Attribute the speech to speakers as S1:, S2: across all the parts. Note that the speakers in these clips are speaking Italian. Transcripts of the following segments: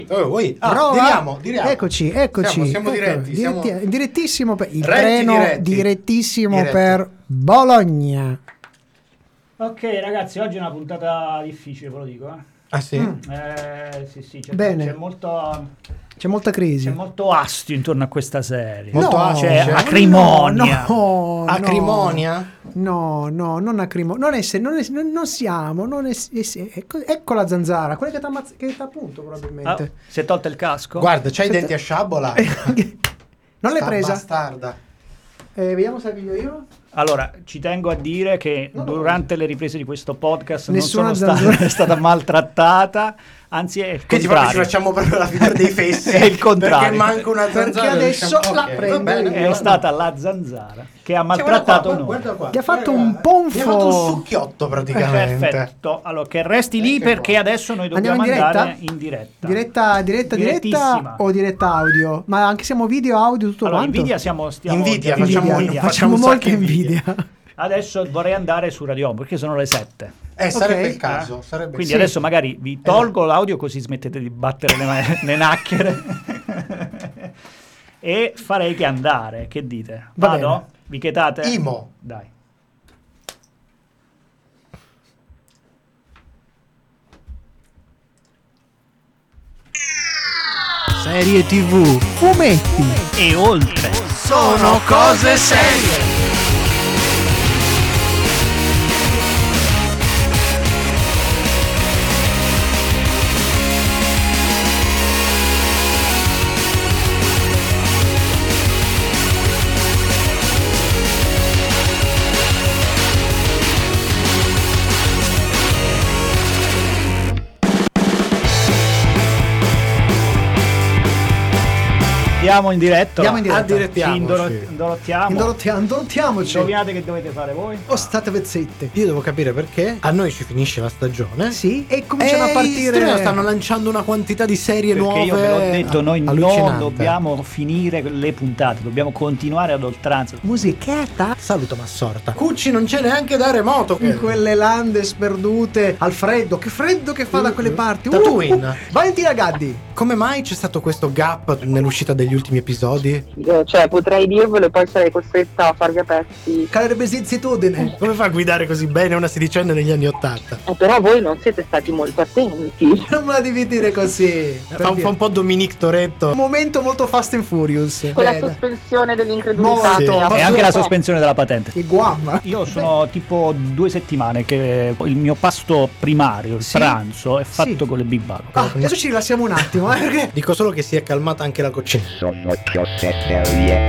S1: Diriamo.
S2: Eccoci.
S1: Siamo diretti.
S2: Direttissimo il treno direttissimo per Bologna.
S3: Ok ragazzi, oggi è una puntata difficile, ve lo dico.
S1: Ah sì?
S3: Sì,
S2: Bene. C'è molta crisi.
S3: C'è molto astio intorno a questa serie.
S1: Molto astio.
S3: C'è acrimonia.
S1: Acrimonia?
S2: No, non acrimonia. Non siamo. Ecco la zanzara, quella che t'ha appunto probabilmente.
S3: Si è tolta il casco?
S1: Guarda, c'hai i denti a sciabola.
S2: Non l'hai presa?
S1: Bastarda.
S2: Vediamo se piglio io.
S3: Allora, ci tengo a dire che durante le riprese di questo podcast
S2: nessuna
S3: non sono è stata maltrattata, anzi è il
S1: Che
S3: contrario.
S1: ci facciamo proprio la figura dei fessi.
S3: È il contrario.
S1: Perché manca una zanzara.
S2: Perché adesso la prendo.
S1: Bene,
S3: È stata la zanzara che ha maltrattato noi.
S1: Guarda qua.
S2: Ti ha fatto un ponfo.
S1: Mi ha fatto un succhiotto praticamente.
S3: Perfetto. Allora, che resti lì perché adesso noi dobbiamo andare in diretta.
S2: Diretta o diretta audio? Ma anche siamo video, audio, tutto
S3: allora,
S2: quanto?
S3: Invidia,
S2: facciamo molta invidia.
S3: Adesso vorrei andare su Radio Home perché sono le 7.
S1: Sarebbe il caso.
S3: Quindi adesso magari vi tolgo l'audio così smettete di battere le nacchere. E farei che andare. Che dite? Vado?
S2: bene.
S3: Vi chetate?
S1: Imo.
S3: Dai.
S2: Serie TV, fumetti
S3: E oltre.
S1: Sono cose serie.
S3: Andiamo in diretta.
S1: Addirettiamoci.
S2: Indorottiamoci.
S3: Indovinate che dovete fare voi?
S2: O state vezzette.
S1: Io devo capire perché a noi ci finisce la stagione.
S2: Sì, e cominciano a
S1: in
S2: partire.
S1: streaming stanno lanciando una quantità di serie
S3: Perché
S1: nuove.
S3: io ve l'ho detto, noi non
S1: allucinante.
S3: dobbiamo finire le puntate, dobbiamo continuare ad oltranza.
S2: Musichetta
S1: Saluto Massorta. Cucci non c'è neanche da remoto.
S2: in quelle lande sperdute al freddo. Che freddo che fa da quelle parti.
S1: Tatooine.
S2: Valentina Gaddi.
S1: Come mai c'è stato questo gap nell'uscita degli ultimi episodi?
S4: Cioè, potrei dirvelo e poi sarei costretta a farvi a pezzi.
S2: Calerebbe besinzitudine.
S1: Come fa a guidare così bene una sedicenne negli anni '80?
S4: Però voi non siete stati molto attenti.
S2: Non me la devi dire così.
S1: Fa un po' Dominique Toretto.
S2: Un momento molto Fast and Furious.
S4: Con la
S2: Bene.
S4: sospensione dell'incredulità.
S2: Molto.
S4: che ha-
S3: E anche la sospensione della patente.
S2: E Guam.
S3: Io sono tipo 2 settimane che il mio pasto primario, il
S2: Sì?
S3: pranzo, è fatto
S2: Sì.
S3: con le Big Bang.
S2: Adesso ci rilassiamo un attimo, perché
S1: Dico solo che si è calmata anche la coccinella.
S5: Sono cose serie.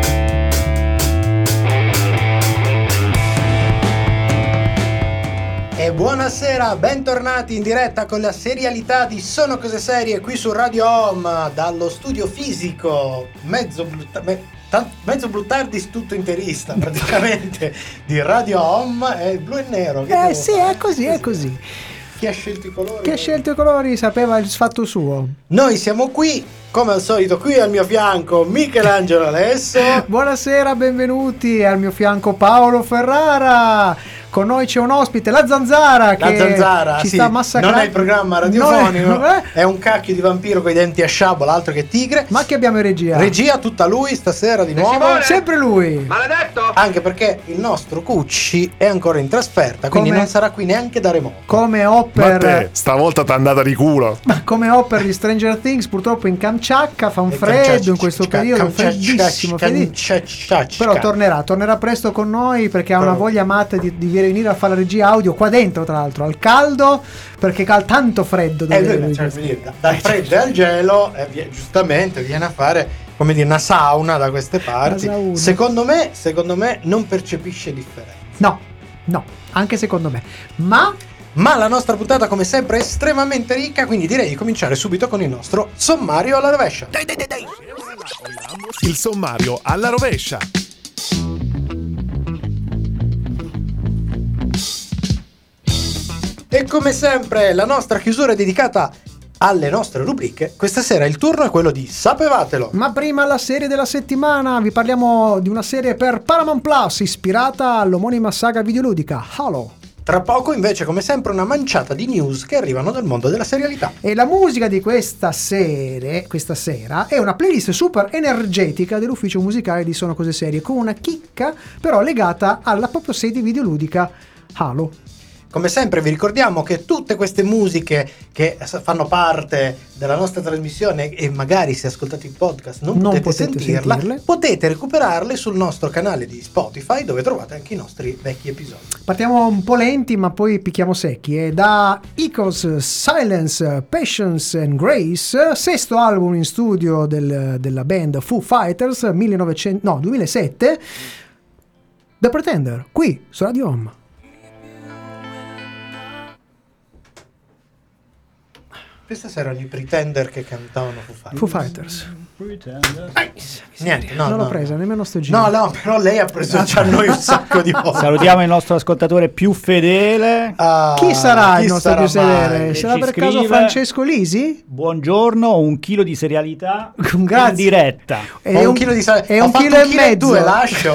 S1: E buonasera, bentornati in diretta con la serialità di Sono Cose Serie qui su Radio Home, dallo studio fisico mezzo Bluttardis tutto interista praticamente di Radio Home, è blu e nero. Che devo
S2: sì,
S1: fare?
S2: è così.
S1: Chi ha scelto i colori?
S2: Chi ha scelto i colori sapeva il fatto suo.
S1: Noi siamo qui, come al solito, qui al mio fianco Michelangelo Alesso.
S2: Buonasera, benvenuti al mio fianco Paolo Ferrara. Con noi c'è un ospite, la Zanzara, che ci sta massacrando.
S1: Non è il programma radiofonico,
S2: Non è-
S1: è un cacchio di vampiro con i denti a sciabola, altro che tigre.
S2: Ma che abbiamo in regia?
S1: Regia tutta lui stasera di nuovo.
S2: Sempre lui.
S1: Anche perché il nostro Cucci è ancora in trasferta, quindi
S2: Come-
S1: non sarà qui neanche da remoto.
S2: Come
S6: Ma te,
S2: Hopper,
S6: stavolta t'è andata di culo.
S2: come Hopper di Stranger Things, purtroppo in Kamchatka fa un freddo in questo periodo, freddissimo. Però tornerà presto con noi perché ha una voglia matta di venire a fare la regia audio qua dentro, tra l'altro al caldo, perché tanto freddo
S1: Dal freddo e al gelo giustamente viene a fare, come dire, una sauna da queste parti.
S2: Una sauna.
S1: Secondo me non percepisce differenza.
S2: No, anche secondo me. Ma
S1: la nostra puntata, come sempre, è estremamente ricca, quindi direi di cominciare subito con il nostro sommario alla rovescia.
S6: Il sommario alla rovescia.
S1: E come sempre la nostra chiusura è dedicata alle nostre rubriche. Questa sera il turno è quello di Sapevatelo.
S2: Ma prima la serie della settimana, vi parliamo di una serie per Paramount Plus ispirata all'omonima saga videoludica Halo.
S1: Tra poco invece, come sempre, una manciata di news che arrivano dal mondo della serialità.
S2: E la musica di questa sera è una playlist super energetica dell'ufficio musicale di Sono Cose Serie, con una chicca però legata alla propria sede videoludica Halo.
S1: Come sempre vi ricordiamo che tutte queste musiche che fanno parte della nostra trasmissione e magari se ascoltate il podcast non potete sentirle, potete recuperarle sul nostro canale di Spotify, dove trovate anche i nostri vecchi episodi.
S2: Partiamo un po' lenti ma poi picchiamo secchi. Da Echoes, Silence, Patience and Grace, sesto album in studio della band Foo Fighters, 2007, The Pretender, qui su Radio Home.
S1: Questa sera erano i Pretender che cantavano
S2: Foo Fighters.
S1: Niente,
S2: non l'ho presa, nemmeno sto giro.
S1: No, però lei ha preso già noi un sacco di volte.
S3: Salutiamo il nostro ascoltatore più fedele.
S2: Chi sarà il nostro più fedele?
S3: Che
S2: Sarà
S3: ci
S2: per caso
S3: scrive:
S2: Francesco Lisi?
S3: Buongiorno, 1 chilo di serialità in
S2: Grazie.
S3: diretta.
S2: E un chilo e un chilo e mezzo.
S1: 2, lascio.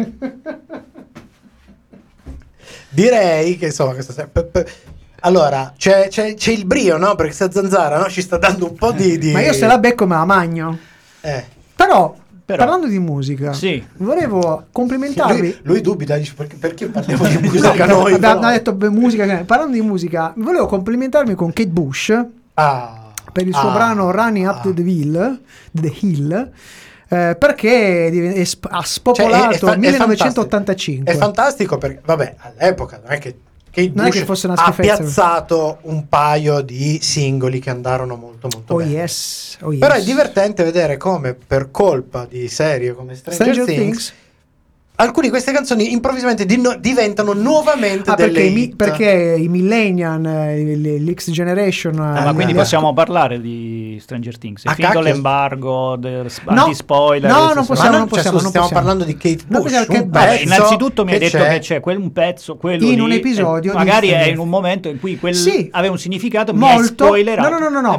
S1: Direi che insomma questa sera... Allora, c'è il brio, no? Perché sta Zanzara, no? Ci sta dando un po' di...
S2: Ma io se la becco me la magno. Però parlando di musica,
S3: sì,
S2: volevo complimentarvi.
S1: Lui dubita, dice perché parliamo di musica noi?
S2: Ha detto musica. Parlando di musica, volevo complimentarmi con Kate Bush per il suo brano Running Up the Hill. Perché ha spopolato nel 1985.
S1: È fantastico perché, vabbè, all'epoca non è che Kate Bush
S2: fosse una
S1: ha
S2: schifezza.
S1: piazzato un paio di singoli che andarono molto bene.
S2: Yes.
S1: Però è divertente vedere come per colpa di serie come Stranger Things alcune di queste canzoni improvvisamente diventano nuovamente delle hit.
S2: Perché i millennial, l'X Generation...
S3: ma quindi possiamo parlare di Stranger Things? È finito l'embargo di spoiler?
S2: No, non possiamo.
S1: Stiamo parlando di Kate Bush.
S3: Innanzitutto mi hai detto che c'è un pezzo, quello
S2: in
S3: lì,
S2: un episodio
S3: magari è in un momento in cui aveva un significato
S2: molto,
S3: mi hai spoilerato.
S2: No.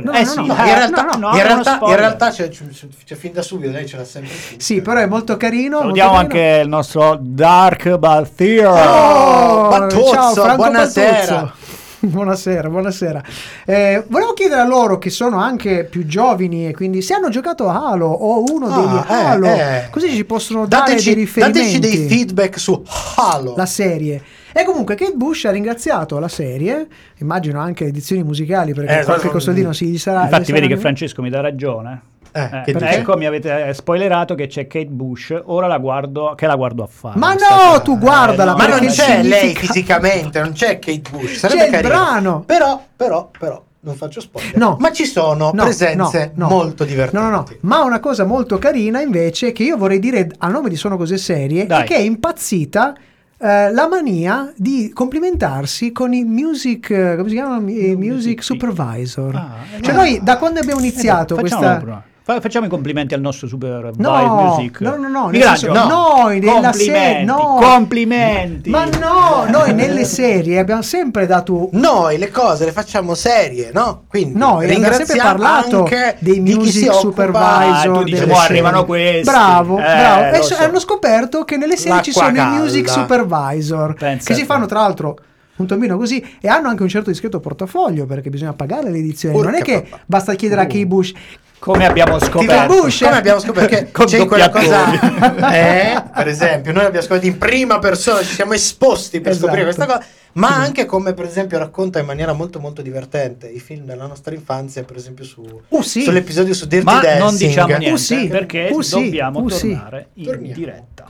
S1: In realtà c'è fin da subito, lei ce l'ha sempre.
S2: Sì, però è molto carino.
S3: Salutiamo anche il nostro Dark Balthier.
S1: Battuzzo,
S2: ciao Franco,
S1: buonasera.
S2: Buonasera. Volevo chiedere a loro, che sono anche più giovani e quindi se hanno giocato a Halo o uno degli Halo, così ci possono dare dei riferimenti.
S1: Dateci dei feedback su Halo,
S2: la serie. E comunque Kate Bush ha ringraziato la serie, immagino anche edizioni musicali, perché qualche costolino si sarà.
S3: Infatti vedi che Francesco mi dà ragione. Ecco, mi avete spoilerato che c'è Kate Bush, ora la guardo a fare.
S2: Ma no, tu guardala.
S1: Ma non c'è lei fisicamente, non c'è Kate Bush, sarebbe
S2: c'è il brano.
S1: Però non faccio spoiler. No. Ma ci sono presenze molto divertenti.
S2: No. Ma una cosa molto carina invece che io vorrei dire a nome di Sono Cose Serie è che è impazzita la mania di complimentarsi con i music, come si chiamano? Music supervisor. Cioè noi da quando abbiamo iniziato
S3: Facciamo i complimenti al nostro super music.
S2: No.
S3: Noi della serie. Complimenti.
S2: Ma no, noi nelle serie abbiamo sempre dato.
S1: Noi le cose le facciamo serie, no? Quindi
S2: abbiamo sempre parlato
S1: anche
S2: dei music supervisor.
S3: Tu dici, arrivano questi.
S2: Bravo. E hanno scoperto che nelle serie ci sono i music supervisor. Che si fanno tra l'altro un tombino così e hanno anche un certo discreto portafoglio, perché bisogna pagare le edizioni. Non è che basta chiedere a Kate Bush.
S3: Come abbiamo scoperto
S1: che c'è quella cosa per esempio noi abbiamo scoperto in prima persona, ci siamo esposti per scoprire questa cosa, ma anche come per esempio racconta in maniera molto molto divertente i film della nostra infanzia, per esempio sull'episodio su Dirty Dancing.
S3: Ma non diciamo niente perché dobbiamo tornare in diretta.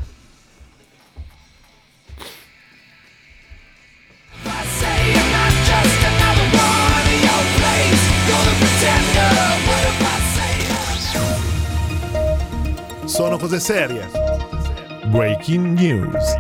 S6: Sono Cose Serie. Breaking News.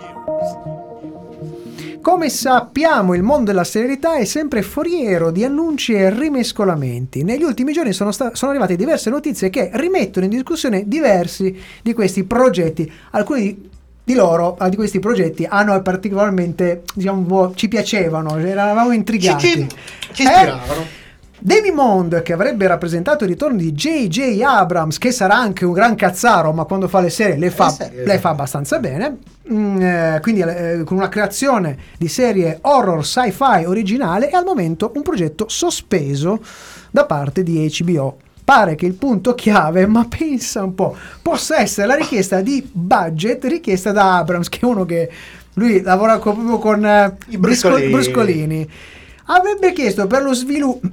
S2: Come sappiamo, il mondo della serialità è sempre foriero di annunci e rimescolamenti. Negli ultimi giorni sono arrivate diverse notizie che rimettono in discussione diversi di questi progetti. Alcuni di questi progetti hanno particolarmente, ci piacevano, eravamo intrigati.
S1: Ci ispiravano.
S2: Demi Monde, che avrebbe rappresentato il ritorno di J.J. Abrams, che sarà anche un gran cazzaro, ma quando fa le serie le fa abbastanza bene, quindi con una creazione di serie horror sci-fi originale, è al momento un progetto sospeso da parte di HBO. Pare che il punto chiave, ma pensa un po', possa essere la richiesta di budget richiesta da Abrams, che è uno che lui lavora proprio con i bruscolini. Avrebbe chiesto per lo sviluppo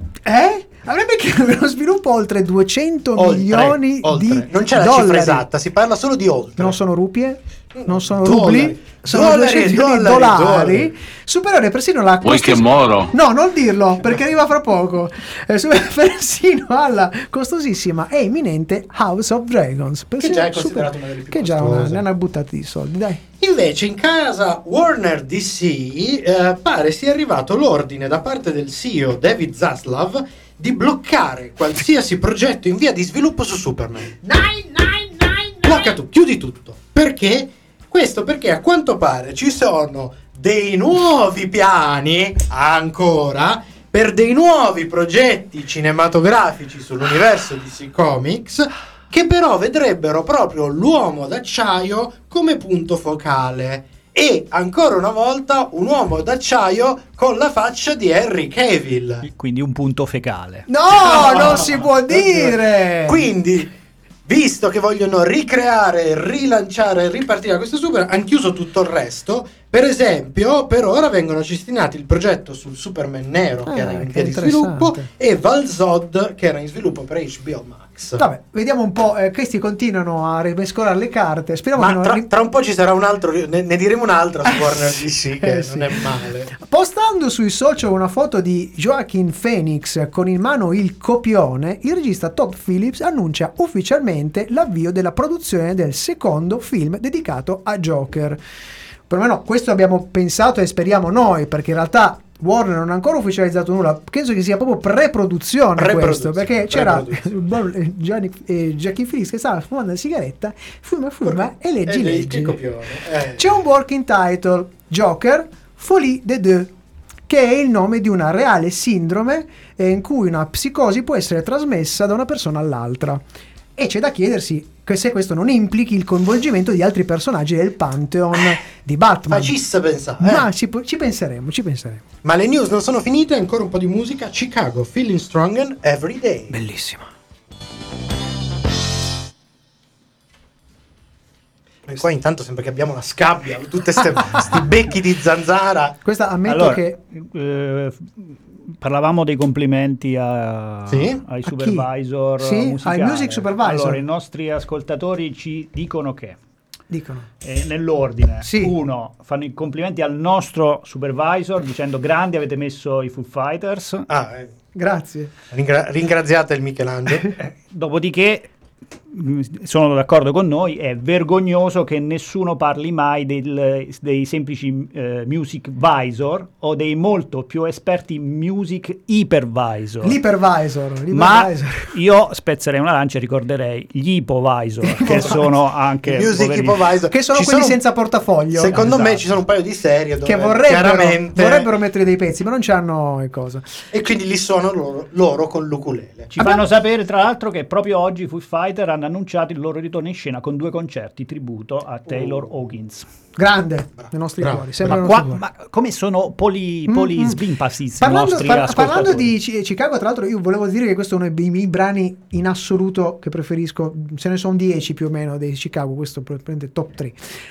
S2: oltre 200 milioni di
S1: non c'è la
S2: dollari.
S1: cifra esatta, si parla solo di oltre.
S2: Non sono rupie, non sono rubli, sono dollari, superiore persino alla
S7: Vuoi che moro?
S2: No, non dirlo, perché arriva fra poco. Persino alla costosissima e imminente House of Dragons,
S1: che già è considerato una delle più
S2: costose. Che già ne hanno buttati i soldi, dai.
S1: Invece in casa Warner DC pare sia arrivato l'ordine da parte del CEO David Zaslav di bloccare qualsiasi progetto in via di sviluppo su Superman. Blocca tu, chiudi tutto. Perché? Questo perché a quanto pare ci sono dei nuovi piani ancora per dei nuovi progetti cinematografici sull'universo DC Comics, che però vedrebbero proprio l'uomo d'acciaio come punto focale. E ancora una volta un uomo d'acciaio con la faccia di Henry Cavill.
S3: Quindi un punto fecale.
S2: No, non si può dire!
S1: Quindi, visto che vogliono ricreare, rilanciare, ripartire da questo Super, hanno chiuso tutto il resto. Per esempio, per ora vengono cestinati il progetto sul Superman nero, che era in via di sviluppo, e Val-Zod, che era in sviluppo per HBO Max.
S2: Vabbè, vediamo un po'. Questi continuano a rimescolare le carte. Speriamo che
S1: tra un po' ci sarà un altro, ne diremo un'altra su Warner DC, che
S2: sì.
S1: non è male.
S2: Postando sui social una foto di Joaquin Phoenix con in mano il copione, il regista Todd Phillips annuncia ufficialmente l'avvio della produzione del secondo film dedicato a Joker. Perlomeno questo abbiamo pensato e speriamo noi, perché in realtà Warner non ha ancora ufficializzato nulla. Penso che sia proprio pre-produzione questo, perché c'era Joaquin Phoenix che stava fumando una sigaretta, fuma e leggi. C'è un working title, Joker Folie de Deux, che è il nome di una reale sindrome in cui una psicosi può essere trasmessa da una persona all'altra. E c'è da chiedersi che se questo non implichi il coinvolgimento di altri personaggi del Pantheon di Batman.
S1: Facisse pensare.
S2: Ma ci penseremo.
S1: Ma le news non sono finite, ancora un po' di musica. Chicago, Feeling Strong and Every Day.
S2: Bellissima.
S1: Noi qua intanto sembra che abbiamo la scabbia, tutte questi becchi di zanzara.
S2: Questa ammetto che...
S3: parlavamo dei complimenti ai supervisor
S2: musicali. Ai music supervisor.
S3: Allora, i nostri ascoltatori ci dicono che nell'ordine, uno, fanno i complimenti al nostro supervisor dicendo grandi, avete messo i Foo Fighters.
S2: Grazie.
S1: Ringraziate il Michelangelo.
S3: Dopodiché sono d'accordo con noi, è vergognoso che nessuno parli mai dei semplici music visor o dei molto più esperti music hypervisor.
S2: L'hypervisor.
S3: Ma io spezzerei una lancia e ricorderei gli ipovisor, che sono anche
S1: music ipovisor,
S2: che sono quelli senza portafoglio.
S1: Secondo me ci sono un paio di serie dove
S2: che vorrebbero mettere dei pezzi, ma non c'hanno cosa.
S1: E quindi li suonano loro con l'ukulele.
S3: Fanno sapere tra l'altro che proprio oggi Foo Fighters hanno annunciato il loro ritorno in scena con 2 concerti tributo a Taylor Hawkins.
S2: Grande nei nostri cuori.
S3: Ma come sono svimpassi
S2: parlando di Chicago, tra l'altro io volevo dire che questo è uno dei miei brani in assoluto che preferisco. Se ne sono 10 più o meno dei Chicago, questo prende top 3.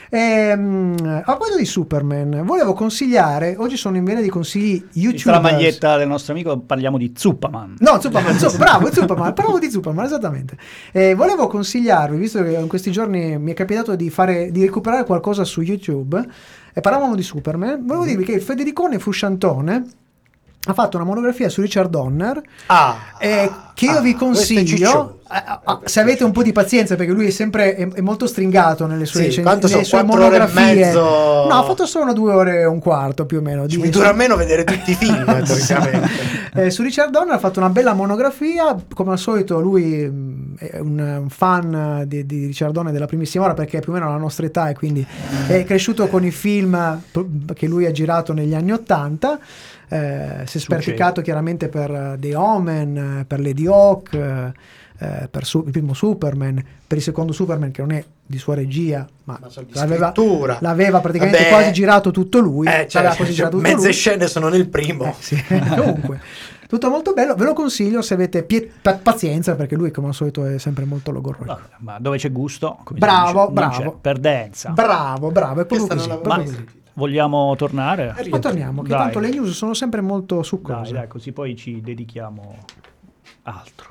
S2: A quello di Superman volevo consigliare, oggi sono in vena di consigli YouTube.
S3: La maglietta del nostro amico, parliamo di Zuppaman.
S2: No, Zuppaman, bravo, Zuppaman, parlavo di Zuppaman, esattamente. Volevo consigliarvi, visto che in questi giorni mi è capitato di recuperare qualcosa su YouTube e parlavamo di Superman, volevo dirvi che il Federicone Fusciantone ha fatto una monografia su Richard Donner che io vi consiglio se avete un po' di pazienza, perché lui è molto stringato nelle sue, monografie. No, ha fatto solo 2 ore e un quarto più o meno.
S1: Mi dura meno vedere tutti i film teoricamente.
S2: Su Richard Donner ha fatto una bella monografia, come al solito lui è un fan di Richard Donner della primissima ora, perché è più o meno la nostra età e quindi è cresciuto con i film che lui ha girato negli anni '80. si è sperticato chiaramente per The Omen, per Lady Hawk, per il primo Superman, per il secondo Superman che non è di sua regia, ma l'aveva praticamente quasi girato tutto lui.
S1: Mezze scene sono nel primo.
S2: Sì. Comunque, tutto molto bello, ve lo consiglio se avete pazienza, perché lui come al solito è sempre molto logorroico.
S3: Ma dove c'è gusto, come
S2: bravo,
S3: si dice, non c'è perdenza.
S2: Bravo, è proprio così.
S3: Vogliamo tornare?
S2: Ma torniamo, che tanto le news sono sempre molto succose.
S3: Dai, così poi ci dedichiamo altro.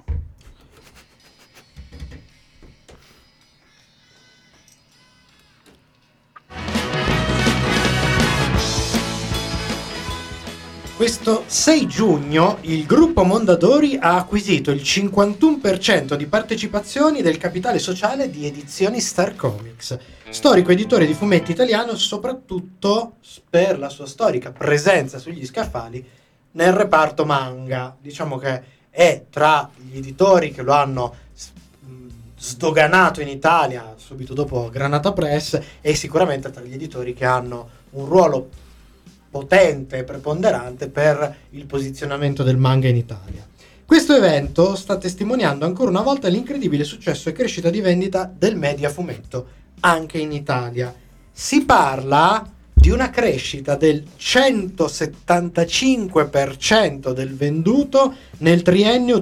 S1: Questo 6 giugno il gruppo Mondadori ha acquisito il 51% di partecipazioni del capitale sociale di Edizioni Star Comics, storico editore di fumetti italiano, soprattutto per la sua storica presenza sugli scaffali nel reparto manga. Diciamo che è tra gli editori che lo hanno sdoganato in Italia subito dopo Granata Press, e sicuramente tra gli editori che hanno un ruolo potente e preponderante per il posizionamento del manga in Italia. Questo evento sta testimoniando ancora una volta l'incredibile successo e crescita di vendita del media fumetto anche in Italia. Si parla di una crescita del 175% del venduto nel triennio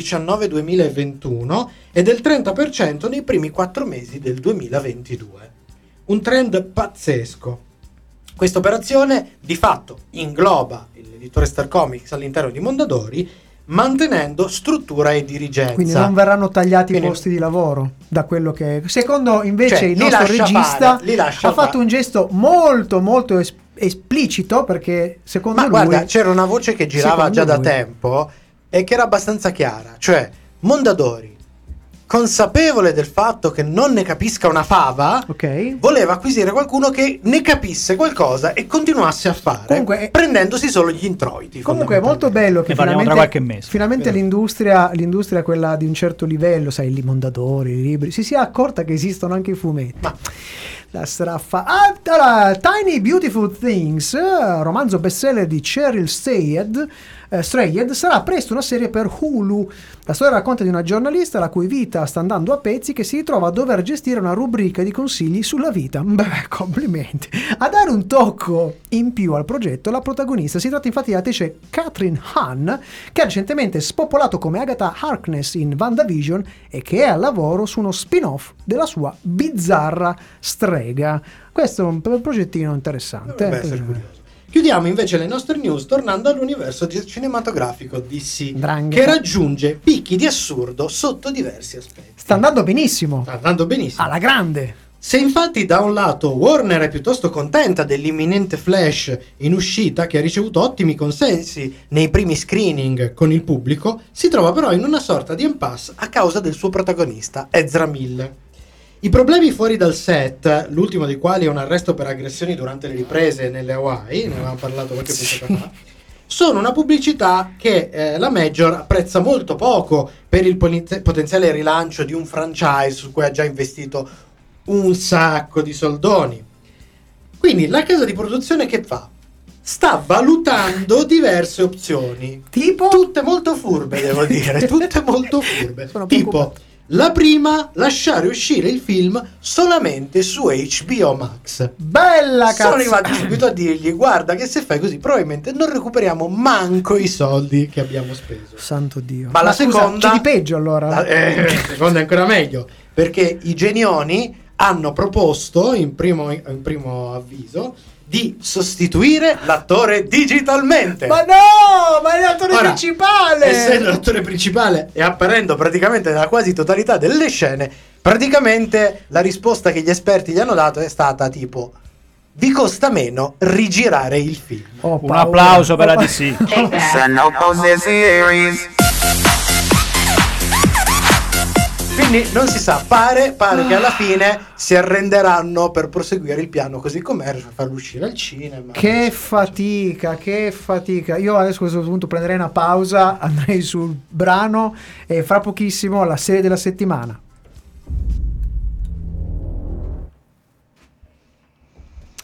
S1: 2019-2021 e del 30% nei primi 4 mesi del 2022. Un trend pazzesco. Questa operazione di fatto ingloba l'editore Star Comics all'interno di Mondadori, mantenendo struttura e dirigenza.
S2: Quindi non verranno tagliati i posti di lavoro, da quello che secondo invece il nostro regista ha fatto un gesto molto molto esplicito, perché secondo lui,
S1: guarda, c'era una voce che girava già da tempo e che era abbastanza chiara, cioè Mondadori, consapevole del fatto che non ne capisca una fava, voleva acquisire qualcuno che ne capisse qualcosa e continuasse a fare, comunque, prendendosi solo gli introiti.
S2: Comunque è molto bello che finalmente l'industria quella di un certo livello, sai, i Mondadori, i libri, si sia accorta che esistono anche i fumetti. Ma la straffa. Allora, Tiny Beautiful Things, romanzo bestseller di Cheryl Strayed, sarà presto una serie per Hulu. La storia racconta di una giornalista la cui vita sta andando a pezzi, che si ritrova a dover gestire una rubrica di consigli sulla vita. Beh, complimenti. A dare un tocco in più al progetto, la protagonista si tratta infatti dell'attrice Kathryn Hahn, che ha recentemente spopolato come Agatha Harkness in WandaVision e che è al lavoro su uno spin-off della sua bizzarra strega. Questo è un progettino interessante.
S1: Dovrebbe essere curioso. Chiudiamo invece le nostre news tornando all'universo cinematografico DC, che raggiunge picchi di assurdo sotto diversi aspetti.
S2: Sta andando benissimo. Alla grande.
S1: Se infatti da un lato Warner è piuttosto contenta dell'imminente Flash in uscita, che ha ricevuto ottimi consensi nei primi screening con il pubblico, si trova però in una sorta di impasse a causa del suo protagonista, Ezra Miller. I problemi fuori dal set, l'ultimo dei quali è un arresto per aggressioni durante le riprese nelle Hawaii, ne avevamo parlato qualche puntata fa, sono una pubblicità che la Major apprezza molto poco per il potenziale rilancio di un franchise su cui ha già investito un sacco di soldoni. Quindi la casa di produzione che fa? Sta valutando diverse opzioni,
S2: tipo?
S1: Tutte molto furbe, devo dire, tutte molto furbe. Tipo, la prima, lasciare uscire il film solamente su HBO Max.
S2: Bella cazzo!
S1: Sono arrivati subito a dirgli: guarda che se fai così probabilmente non recuperiamo manco i soldi che abbiamo speso.
S2: Santo Dio.
S1: Ma la seconda,
S2: c'è di peggio allora.
S1: La seconda è ancora meglio, perché i genioni hanno proposto in primo avviso di sostituire l'attore digitalmente.
S2: Ma no, ma è l'attore principale.
S1: Essendo l'attore principale e apparendo praticamente nella quasi totalità delle scene, praticamente la risposta che gli esperti gli hanno dato è stata tipo: vi costa meno rigirare il film.
S3: Un applauso per la DC.
S1: Quindi non si sa, pare che alla fine si arrenderanno per proseguire il piano così com'è, per farlo uscire al cinema.
S2: Che fatica. Io adesso a questo punto prenderei una pausa, andrei sul brano e fra pochissimo la serie della settimana.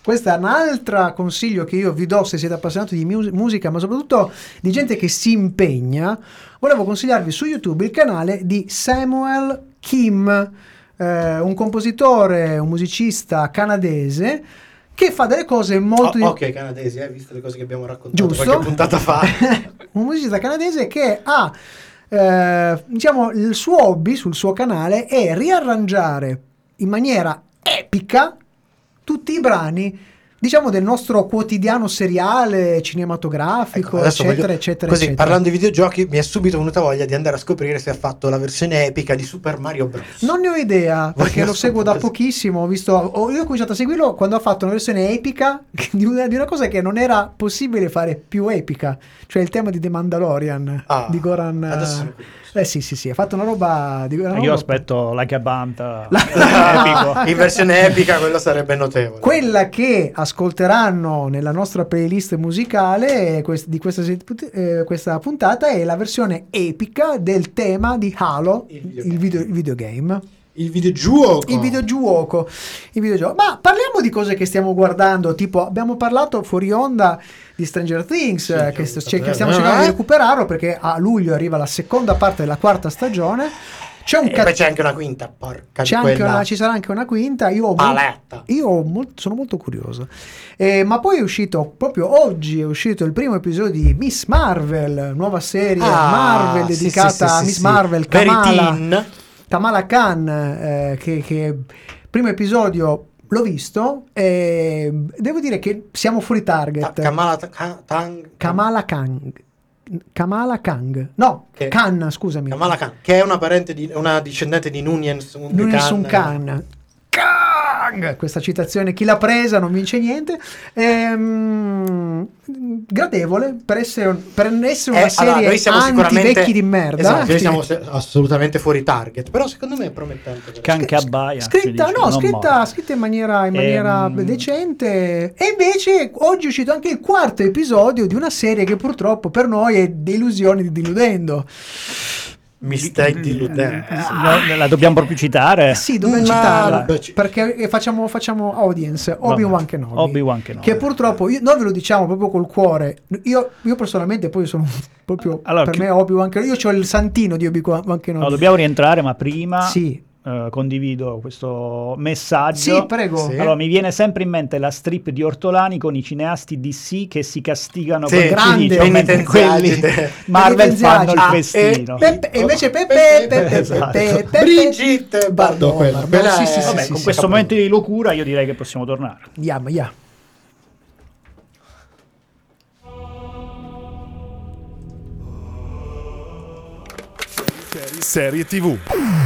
S2: Questo è un altro consiglio che io vi do se siete appassionati di musica, ma soprattutto di gente che si impegna. Volevo consigliarvi su YouTube il canale di Samuel Kim, un compositore, un musicista canadese che fa delle cose molto...
S1: ok, canadesi, visto le cose che abbiamo raccontato
S2: giusto,
S1: qualche puntata fa.
S2: Un musicista canadese che ha, diciamo, il suo hobby sul suo canale è riarrangiare in maniera epica tutti i brani, diciamo, del nostro quotidiano seriale cinematografico, eccetera, eccetera.
S1: Così,
S2: eccetera.
S1: parlando di videogiochi, mi è subito venuta voglia di andare a scoprire se ha fatto la versione epica di Super Mario Bros.
S2: Non ne ho idea, perché lo seguo da pochissimo. Io ho cominciato a seguirlo quando ha fatto una versione epica di una cosa che non era possibile fare più epica, cioè il tema di The Mandalorian di Goran.
S1: Adesso
S2: sì, ha fatto una roba di
S3: Io aspetto la Gabanta
S1: in versione epica, quello sarebbe notevole.
S2: Quella che ascolteranno nella nostra playlist musicale di questa puntata è la versione epica del tema di Halo, il videogame.
S1: Il videogioco.
S2: Ma parliamo di cose che stiamo guardando, tipo abbiamo parlato fuori onda di Stranger Things, che stiamo cercando di recuperarlo perché a luglio arriva la seconda parte della quarta stagione.
S1: Poi c'è anche una quinta, porca di quella.
S2: Ci sarà anche una quinta. Sono molto curioso. Ma poi è uscito, proprio oggi è uscito il primo episodio di Miss Marvel, nuova serie Marvel dedicata a Miss Marvel, Kamala Khan, che primo episodio l'ho visto e devo dire che siamo fuori target. Kamala Khan. No, Khan, scusami.
S1: Kamala Khan, che è una discendente di Nunez Sun
S2: Khan. Questa citazione, chi l'ha presa non vince niente. Gradevole per essere una serie anti-vecchi di merda.
S1: Esatto, noi siamo assolutamente fuori target, però secondo me è promettente.
S3: Anche abbaia.
S2: Scritta in maniera decente. E invece oggi è uscito anche il quarto episodio di una serie che purtroppo per noi è delusione diludendo.
S1: Mi stai diludendo.
S3: La dobbiamo proprio citare?
S2: Sì, dobbiamo citarla perché facciamo audience. Obi-Wan Kenobi, che purtroppo noi ve lo diciamo proprio col cuore. Io personalmente poi sono proprio per me Obi-Wan Kenobi. Io ho il santino di Obi-Wan Kenobi.
S3: No, dobbiamo rientrare, ma prima
S2: sì.
S3: Condivido questo messaggio.
S2: Sì, prego.
S3: Allora, mi viene sempre in mente la strip di Ortolani con i cineasti DC che si castigano con
S2: grande
S3: il mentre quelli Marvel fanno il festino.
S2: E invece
S1: Brigitte Bardot,
S3: con questo momento di locura io direi che possiamo tornare.
S2: Andiamo.
S6: Serie TV.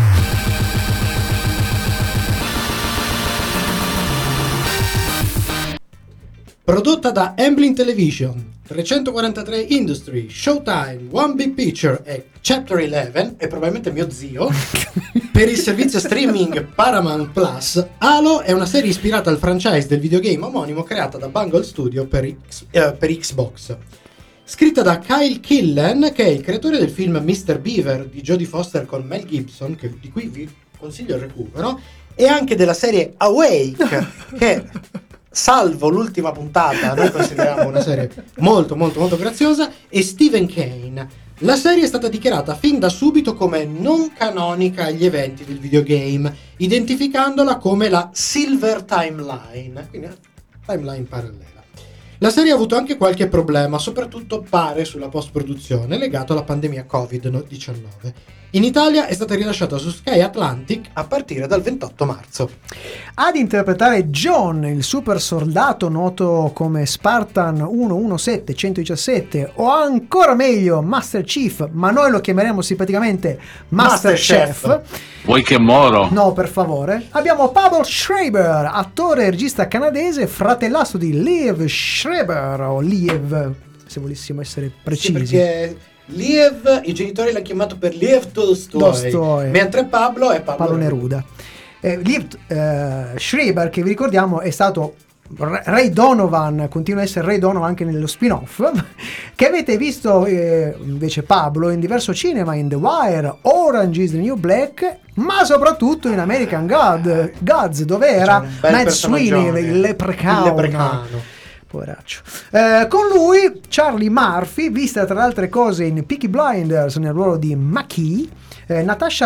S1: Prodotta da Amblin Television, 343 Industry, Showtime, One Big Picture e Chapter 11, e probabilmente mio zio, per il servizio streaming Paramount Plus, Halo è una serie ispirata al franchise del videogame omonimo creata da Bungle Studio per Xbox. Scritta da Kyle Killen, che è il creatore del film Mr. Beaver di Jodie Foster con Mel Gibson, di cui vi consiglio il recupero, e anche della serie Awake, che... salvo l'ultima puntata, noi consideriamo una serie molto molto molto graziosa, e Stephen Kane. La serie è stata dichiarata fin da subito come non canonica agli eventi del videogame, identificandola come la Silver Timeline, quindi una timeline parallela. La serie ha avuto anche qualche problema, soprattutto pare sulla post-produzione, legato alla pandemia Covid-19. In Italia è stata rilasciata su Sky Atlantic a partire dal 28 marzo.
S2: Ad interpretare John, il super soldato noto come Spartan 117-117 o ancora meglio Master Chief, ma noi lo chiameremo simpaticamente Master Chef.
S7: Vuoi che moro?
S2: No, per favore. Abbiamo Pavel Schreiber, attore e regista canadese, fratellastro di Liev Schreiber, o Liev, se volessimo essere precisi.
S1: Sì, perché Liev, i genitori l'hanno chiamato per Liev Tolstoi, mentre Pablo è Pablo
S2: Neruda. Liev Schreiber, che vi ricordiamo è stato Ray Donovan continua a essere Ray Donovan anche nello spin-off, che avete visto invece Pablo in diverso cinema, in The Wire, Orange is the New Black, ma soprattutto in American Gods, dove era Matt Sweeney, il leprecano. Poveraccio. Con lui Charlie Murphy, vista tra le altre cose in Peaky Blinders nel ruolo di Mackie, Natasha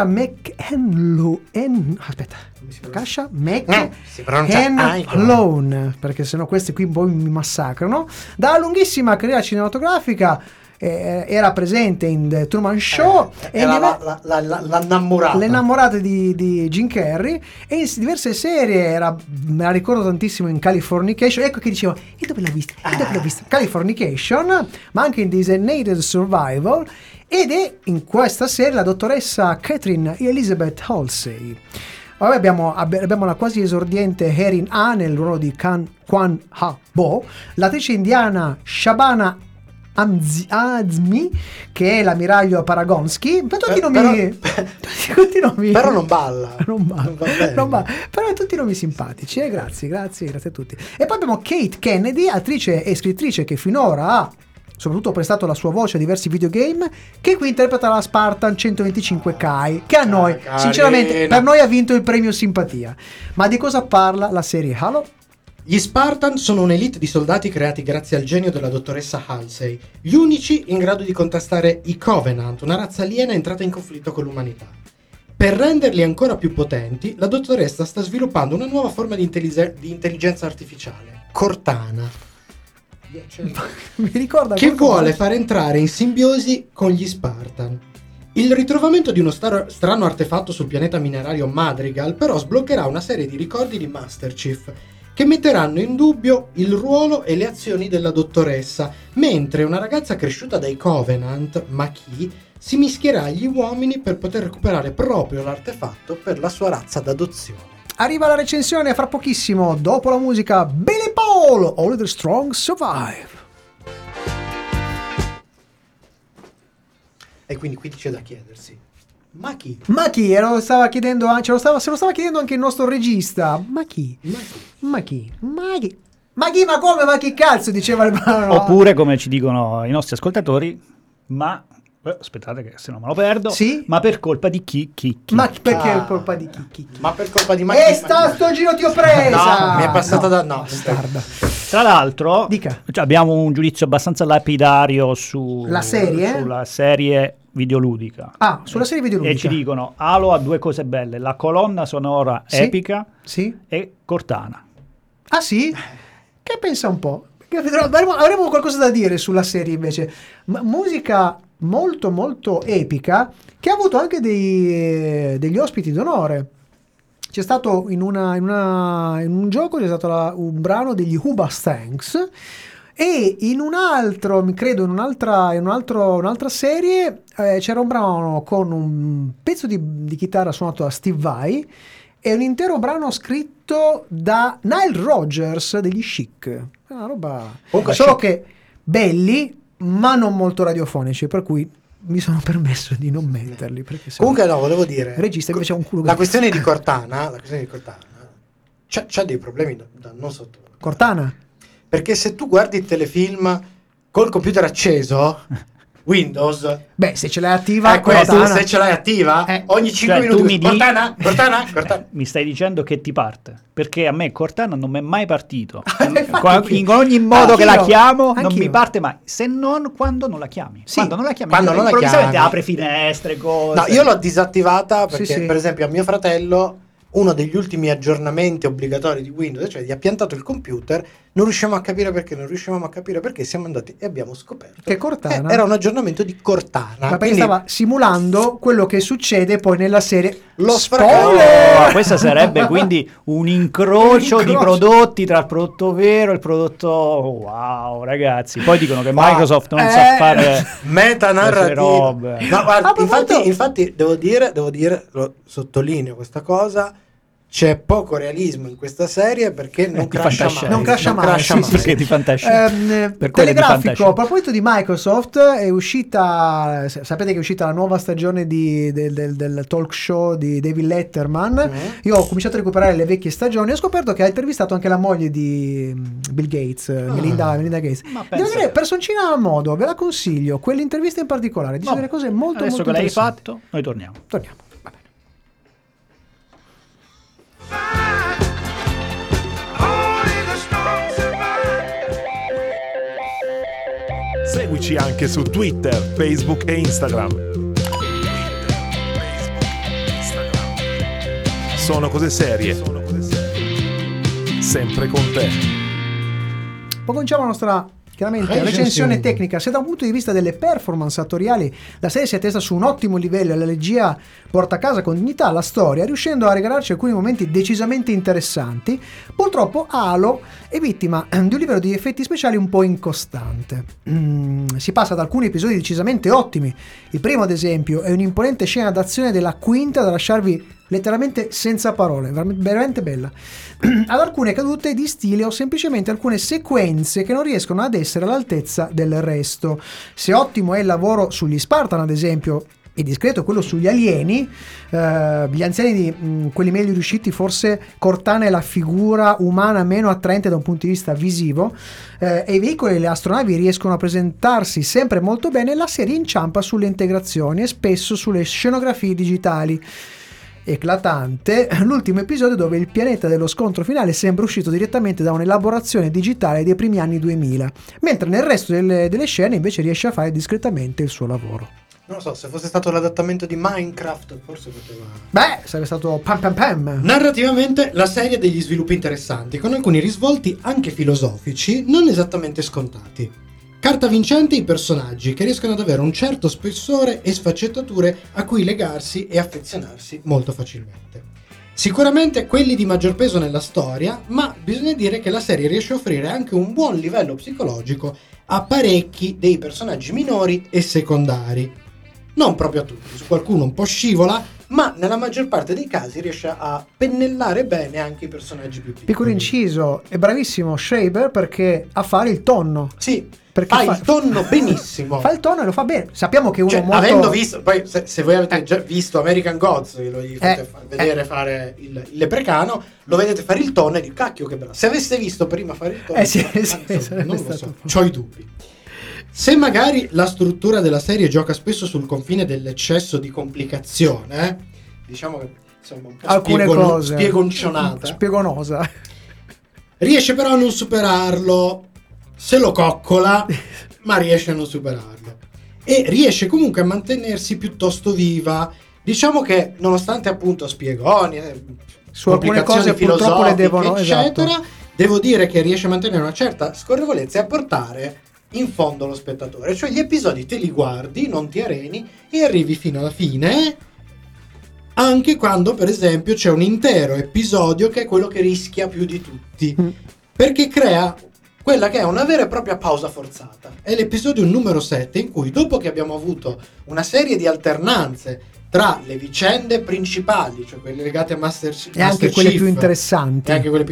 S2: McEnroe, perché sennò questi qui poi mi massacrano. Dalla lunghissima carriera cinematografica era presente in The Truman Show, l'annamorata di Jim Carrey, e in diverse serie me la ricordo tantissimo in Californication. Ecco che dicevo, e dove l'ho vista? Californication, ma anche in Designated Survival, ed è in questa serie la dottoressa Catherine Elizabeth Halsey. Vabbè, abbiamo la quasi esordiente Erin A nel ruolo di Kwan Ha-bo, l'attrice indiana Shabana Azmi, che è l'ammiraglio Paragonsky. Tutti i nomi però non balla. Però tutti i nomi simpatici, grazie a tutti. E poi abbiamo Kate Kennedy, attrice e scrittrice che finora ha soprattutto prestato la sua voce a diversi videogame, che qui interpreta la Spartan 125 Kai, che a noi, sinceramente, per noi ha vinto il premio simpatia. Ma di cosa parla la serie Halo?
S1: Gli Spartan sono un'elite di soldati creati grazie al genio della dottoressa Halsey, gli unici in grado di contrastare i Covenant, una razza aliena entrata in conflitto con l'umanità. Per renderli ancora più potenti, la dottoressa sta sviluppando una nuova forma di intelligenza artificiale, Cortana,
S2: mi ricorda
S1: che vuole far entrare in simbiosi con gli Spartan. Il ritrovamento di uno strano artefatto sul pianeta minerario Madrigal però sbloccherà una serie di ricordi di Master Chief che metteranno in dubbio il ruolo e le azioni della dottoressa, mentre una ragazza cresciuta dai Covenant, Maki, si mischierà agli uomini per poter recuperare proprio l'artefatto per la sua razza d'adozione.
S2: Arriva la recensione fra pochissimo, dopo la musica Billy Paul, Only the Strong Survive.
S1: E quindi qui c'è da chiedersi, ma chi?
S2: Ce lo stava chiedendo anche il nostro regista. Ma chi? Ma chi cazzo diceva il brano?
S3: Oppure, come ci dicono i nostri ascoltatori, aspettate che se no me lo perdo.
S2: Sì?
S3: Ma per colpa di chi?
S2: Ma perché è colpa di chi?
S1: Ma per colpa di
S2: sto giro ti ho presa!
S1: No, mi è passata bastarda.
S3: Tra l'altro,
S2: dica.
S3: Abbiamo un giudizio abbastanza lapidario sulla serie videoludica.
S2: Sulla serie videoludica.
S3: E ci dicono, Halo ha due cose belle, la colonna sonora epica e Cortana.
S2: Ah sì? Che pensa un po'? Avremo qualcosa da dire sulla serie invece. Musica molto molto epica, che ha avuto anche degli ospiti d'onore. C'è stato in un gioco c'è stato un brano degli Hoobastanks, e in un altro, mi credo in un'altra serie c'era un brano con un pezzo di chitarra suonato da Steve Vai e un intero brano scritto da Nile Rodgers degli Chic. È una roba solo che belli ma non molto radiofonici, per cui mi sono permesso di non metterli, perché
S1: comunque volevo dire,
S2: il regista invece ha un culo.
S1: La questione di Cortana c'ha dei problemi da non sottovalutare.
S2: Cortana?
S1: Perché se tu guardi il telefilm col computer acceso, Windows,
S2: se ce l'hai attiva,
S1: se ce l'hai attiva, ogni 5 minuti Cortana.
S3: Mi stai dicendo che ti parte? Perché a me Cortana non mi è mai partito. In ogni modo che la chiamo non mi parte mai, se non quando non la chiami. Quando non la chiami improvvisamente apre finestre, cose.
S1: No, io l'ho disattivata perché per esempio a mio fratello uno degli ultimi aggiornamenti obbligatori di Windows, cioè gli ha piantato il computer, non riuscivamo a capire perché, siamo andati e abbiamo scoperto
S2: che Cortana
S1: era un aggiornamento di Cortana.
S2: Ma perché stava simulando quello che succede poi nella serie.
S1: Lo
S2: spoiler!
S3: Questa sarebbe quindi un incrocio di prodotti tra il prodotto vero e il prodotto. Wow, ragazzi, poi dicono che Microsoft non sa fare
S1: metanarrative. No, guarda, infatti devo dire, lo sottolineo questa cosa. c'è poco realismo in questa serie perché non crasha mai.
S2: Non crasha mai.
S3: Perché di fantascienza.
S2: Telegrafico, a proposito di Microsoft, è uscita, sapete che è uscita la nuova stagione del talk show di David Letterman. Io ho cominciato a recuperare le vecchie stagioni, ho scoperto che ha intervistato anche la moglie di Bill Gates, Melinda Gates. Devo dire, personcina a modo, ve la consiglio, quell'intervista in particolare, dice delle cose molto
S3: adesso
S2: molto
S3: che l'hai
S2: interessanti.
S3: fatto, noi torniamo.
S2: Va bene.
S6: Seguici anche su Twitter, Facebook e Instagram. Sono cose serie. Sempre con te.
S2: Poi cominciamo la nostra recensione tecnica. Se da un punto di vista delle performance attoriali la serie si attesta su un ottimo livello e la regia porta a casa con dignità la storia, riuscendo a regalarci alcuni momenti decisamente interessanti, purtroppo Halo è vittima di un livello di effetti speciali un po' incostante. Si passa da alcuni episodi decisamente ottimi. Il primo, ad esempio, è un'imponente scena d'azione della quinta da lasciarvi letteralmente senza parole, veramente bella, ad alcune cadute di stile o semplicemente alcune sequenze che non riescono ad essere all'altezza del resto. Se ottimo è il lavoro sugli Spartan, ad esempio, e discreto quello sugli alieni, gli anziani, quelli meglio riusciti, forse Cortana è la figura umana meno attraente da un punto di vista visivo, e i veicoli e le astronavi riescono a presentarsi sempre molto bene, la serie inciampa sulle integrazioni e spesso sulle scenografie digitali. Eclatante l'ultimo episodio dove il pianeta dello scontro finale sembra uscito direttamente da un'elaborazione digitale dei primi anni 2000, mentre nel resto delle scene invece riesce a fare discretamente il suo lavoro.
S1: Non lo so, se fosse stato l'adattamento di Minecraft forse poteva...
S2: Beh, sarebbe stato pam pam pam.
S1: Narrativamente la serie ha degli sviluppi interessanti, con alcuni risvolti anche filosofici non esattamente scontati. Carta vincente i personaggi, che riescono ad avere un certo spessore e sfaccettature a cui legarsi e affezionarsi molto facilmente. Sicuramente quelli di maggior peso nella storia, ma bisogna dire che la serie riesce a offrire anche un buon livello psicologico a parecchi dei personaggi minori e secondari. Non proprio a tutti, su qualcuno un po' scivola, ma nella maggior parte dei casi riesce a pennellare bene anche i personaggi più piccoli.
S2: Piccolo inciso, è bravissimo Schreiber perché a fare il tonno.
S1: Sì, fa il tonno benissimo.
S2: Fa il tonno e lo fa bene. Sappiamo che uno molto...
S1: Avendo visto, poi se voi avete già visto American Gods, lo gli fate vedere fare il leprecano, lo vedete fare il tonno e di cacchio che bello. Se aveste visto prima fare il tonno, non lo so, c'ho i dubbi. Se magari la struttura della serie gioca spesso sul confine dell'eccesso di complicazione, diciamo che insomma un po'
S2: alcune cose
S1: spiegonosa, riesce però a non superarlo, se lo coccola, ma riesce a non superarlo e riesce comunque a mantenersi piuttosto viva. Diciamo che nonostante appunto spiegoni,
S2: su alcune cose purtroppo le devono,
S1: eccetera,
S2: esatto.
S1: Devo dire che riesce a mantenere una certa scorrevolezza e a portare in fondo lo spettatore, cioè gli episodi te li guardi, non ti areni e arrivi fino alla fine, anche quando per esempio c'è un intero episodio che è quello che rischia più di tutti, perché crea quella che è una vera e propria pausa forzata. È l'episodio numero 7 in cui, dopo che abbiamo avuto una serie di alternanze tra le vicende principali, cioè quelle legate a Master
S2: e anche quelle più interessanti,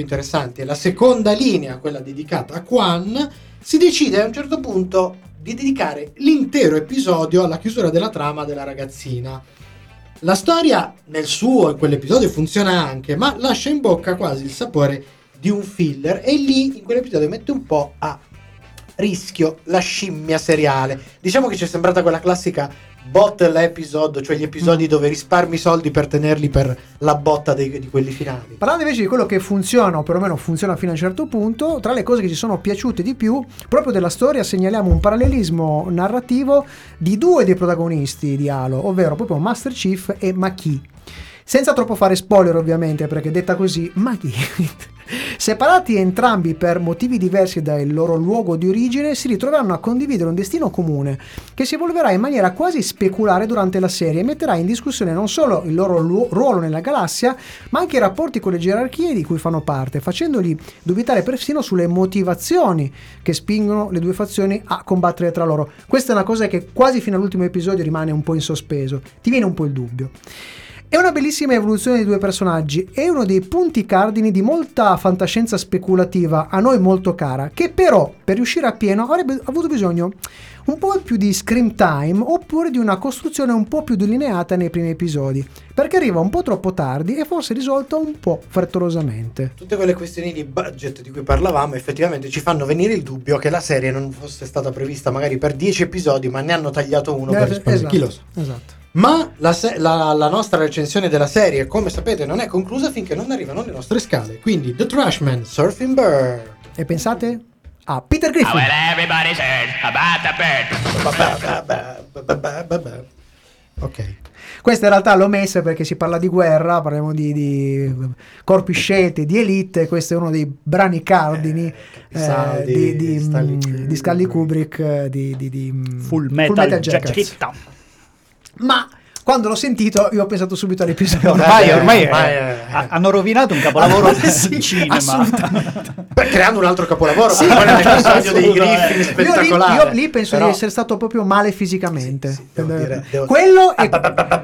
S1: e la seconda linea, quella dedicata a Quan, si decide a un certo punto di dedicare l'intero episodio alla chiusura della trama della ragazzina. La storia in quell'episodio funziona anche, ma lascia in bocca quasi il sapore di un filler e lì in quell'episodio mette un po' a rischio la scimmia seriale. Diciamo che ci è sembrata quella classica bottle episode, cioè gli episodi dove risparmi soldi per tenerli per la botta di quelli finali.
S2: Parlando invece di quello che funziona, o perlomeno funziona fino a un certo punto, tra le cose che ci sono piaciute di più proprio della storia segnaliamo un parallelismo narrativo di due dei protagonisti di Halo, ovvero proprio Master Chief e Maki. Senza troppo fare spoiler ovviamente, perché detta così, Maki separati entrambi per motivi diversi dal loro luogo di origine, si ritroveranno a condividere un destino comune che si evolverà in maniera quasi speculare durante la serie e metterà in discussione non solo il loro ruolo nella galassia, ma anche i rapporti con le gerarchie di cui fanno parte, facendoli dubitare persino sulle motivazioni che spingono le due fazioni a combattere tra loro. Questa è una cosa che quasi fino all'ultimo episodio rimane un po' in sospeso, ti viene un po' il dubbio. È una bellissima evoluzione dei due personaggi, è uno dei punti cardini di molta fantascienza speculativa, a noi molto cara, che però per riuscire a pieno avrebbe avuto bisogno un po' più di screen time oppure di una costruzione un po' più delineata nei primi episodi, perché arriva un po' troppo tardi e forse risolta un po' frettolosamente.
S1: Tutte quelle questioni di budget di cui parlavamo effettivamente ci fanno venire il dubbio che la serie non fosse stata prevista magari per 10 episodi, ma ne hanno tagliato uno per rispondere.
S2: Esatto,
S1: chi lo sa.
S2: Esatto.
S1: Ma la nostra recensione della serie, come sapete, non è conclusa finché non arrivano le nostre scale. Quindi The Trashman, Surfing Bird.
S2: E pensate a Peter Griffin.
S7: Everybody's heard about the bird.
S1: Ok.
S2: Questa in realtà l'ho messa perché si parla di guerra, parliamo di corpi scelti, di elite. Questo è uno dei brani cardini di Stanley Kubrick, di
S3: Full Metal Jacket.
S2: Ma quando l'ho sentito io ho pensato subito all'episodio.
S3: Ormai hanno rovinato un capolavoro
S2: sì,
S3: cinema.
S2: assolutamente.
S1: Creando un altro capolavoro,
S2: Sì,
S1: poi nell'episodio dei Griffin spettacolare.
S2: Io lì penso
S1: Però
S2: di essere stato proprio male fisicamente.
S1: Sì, devo
S2: Quello è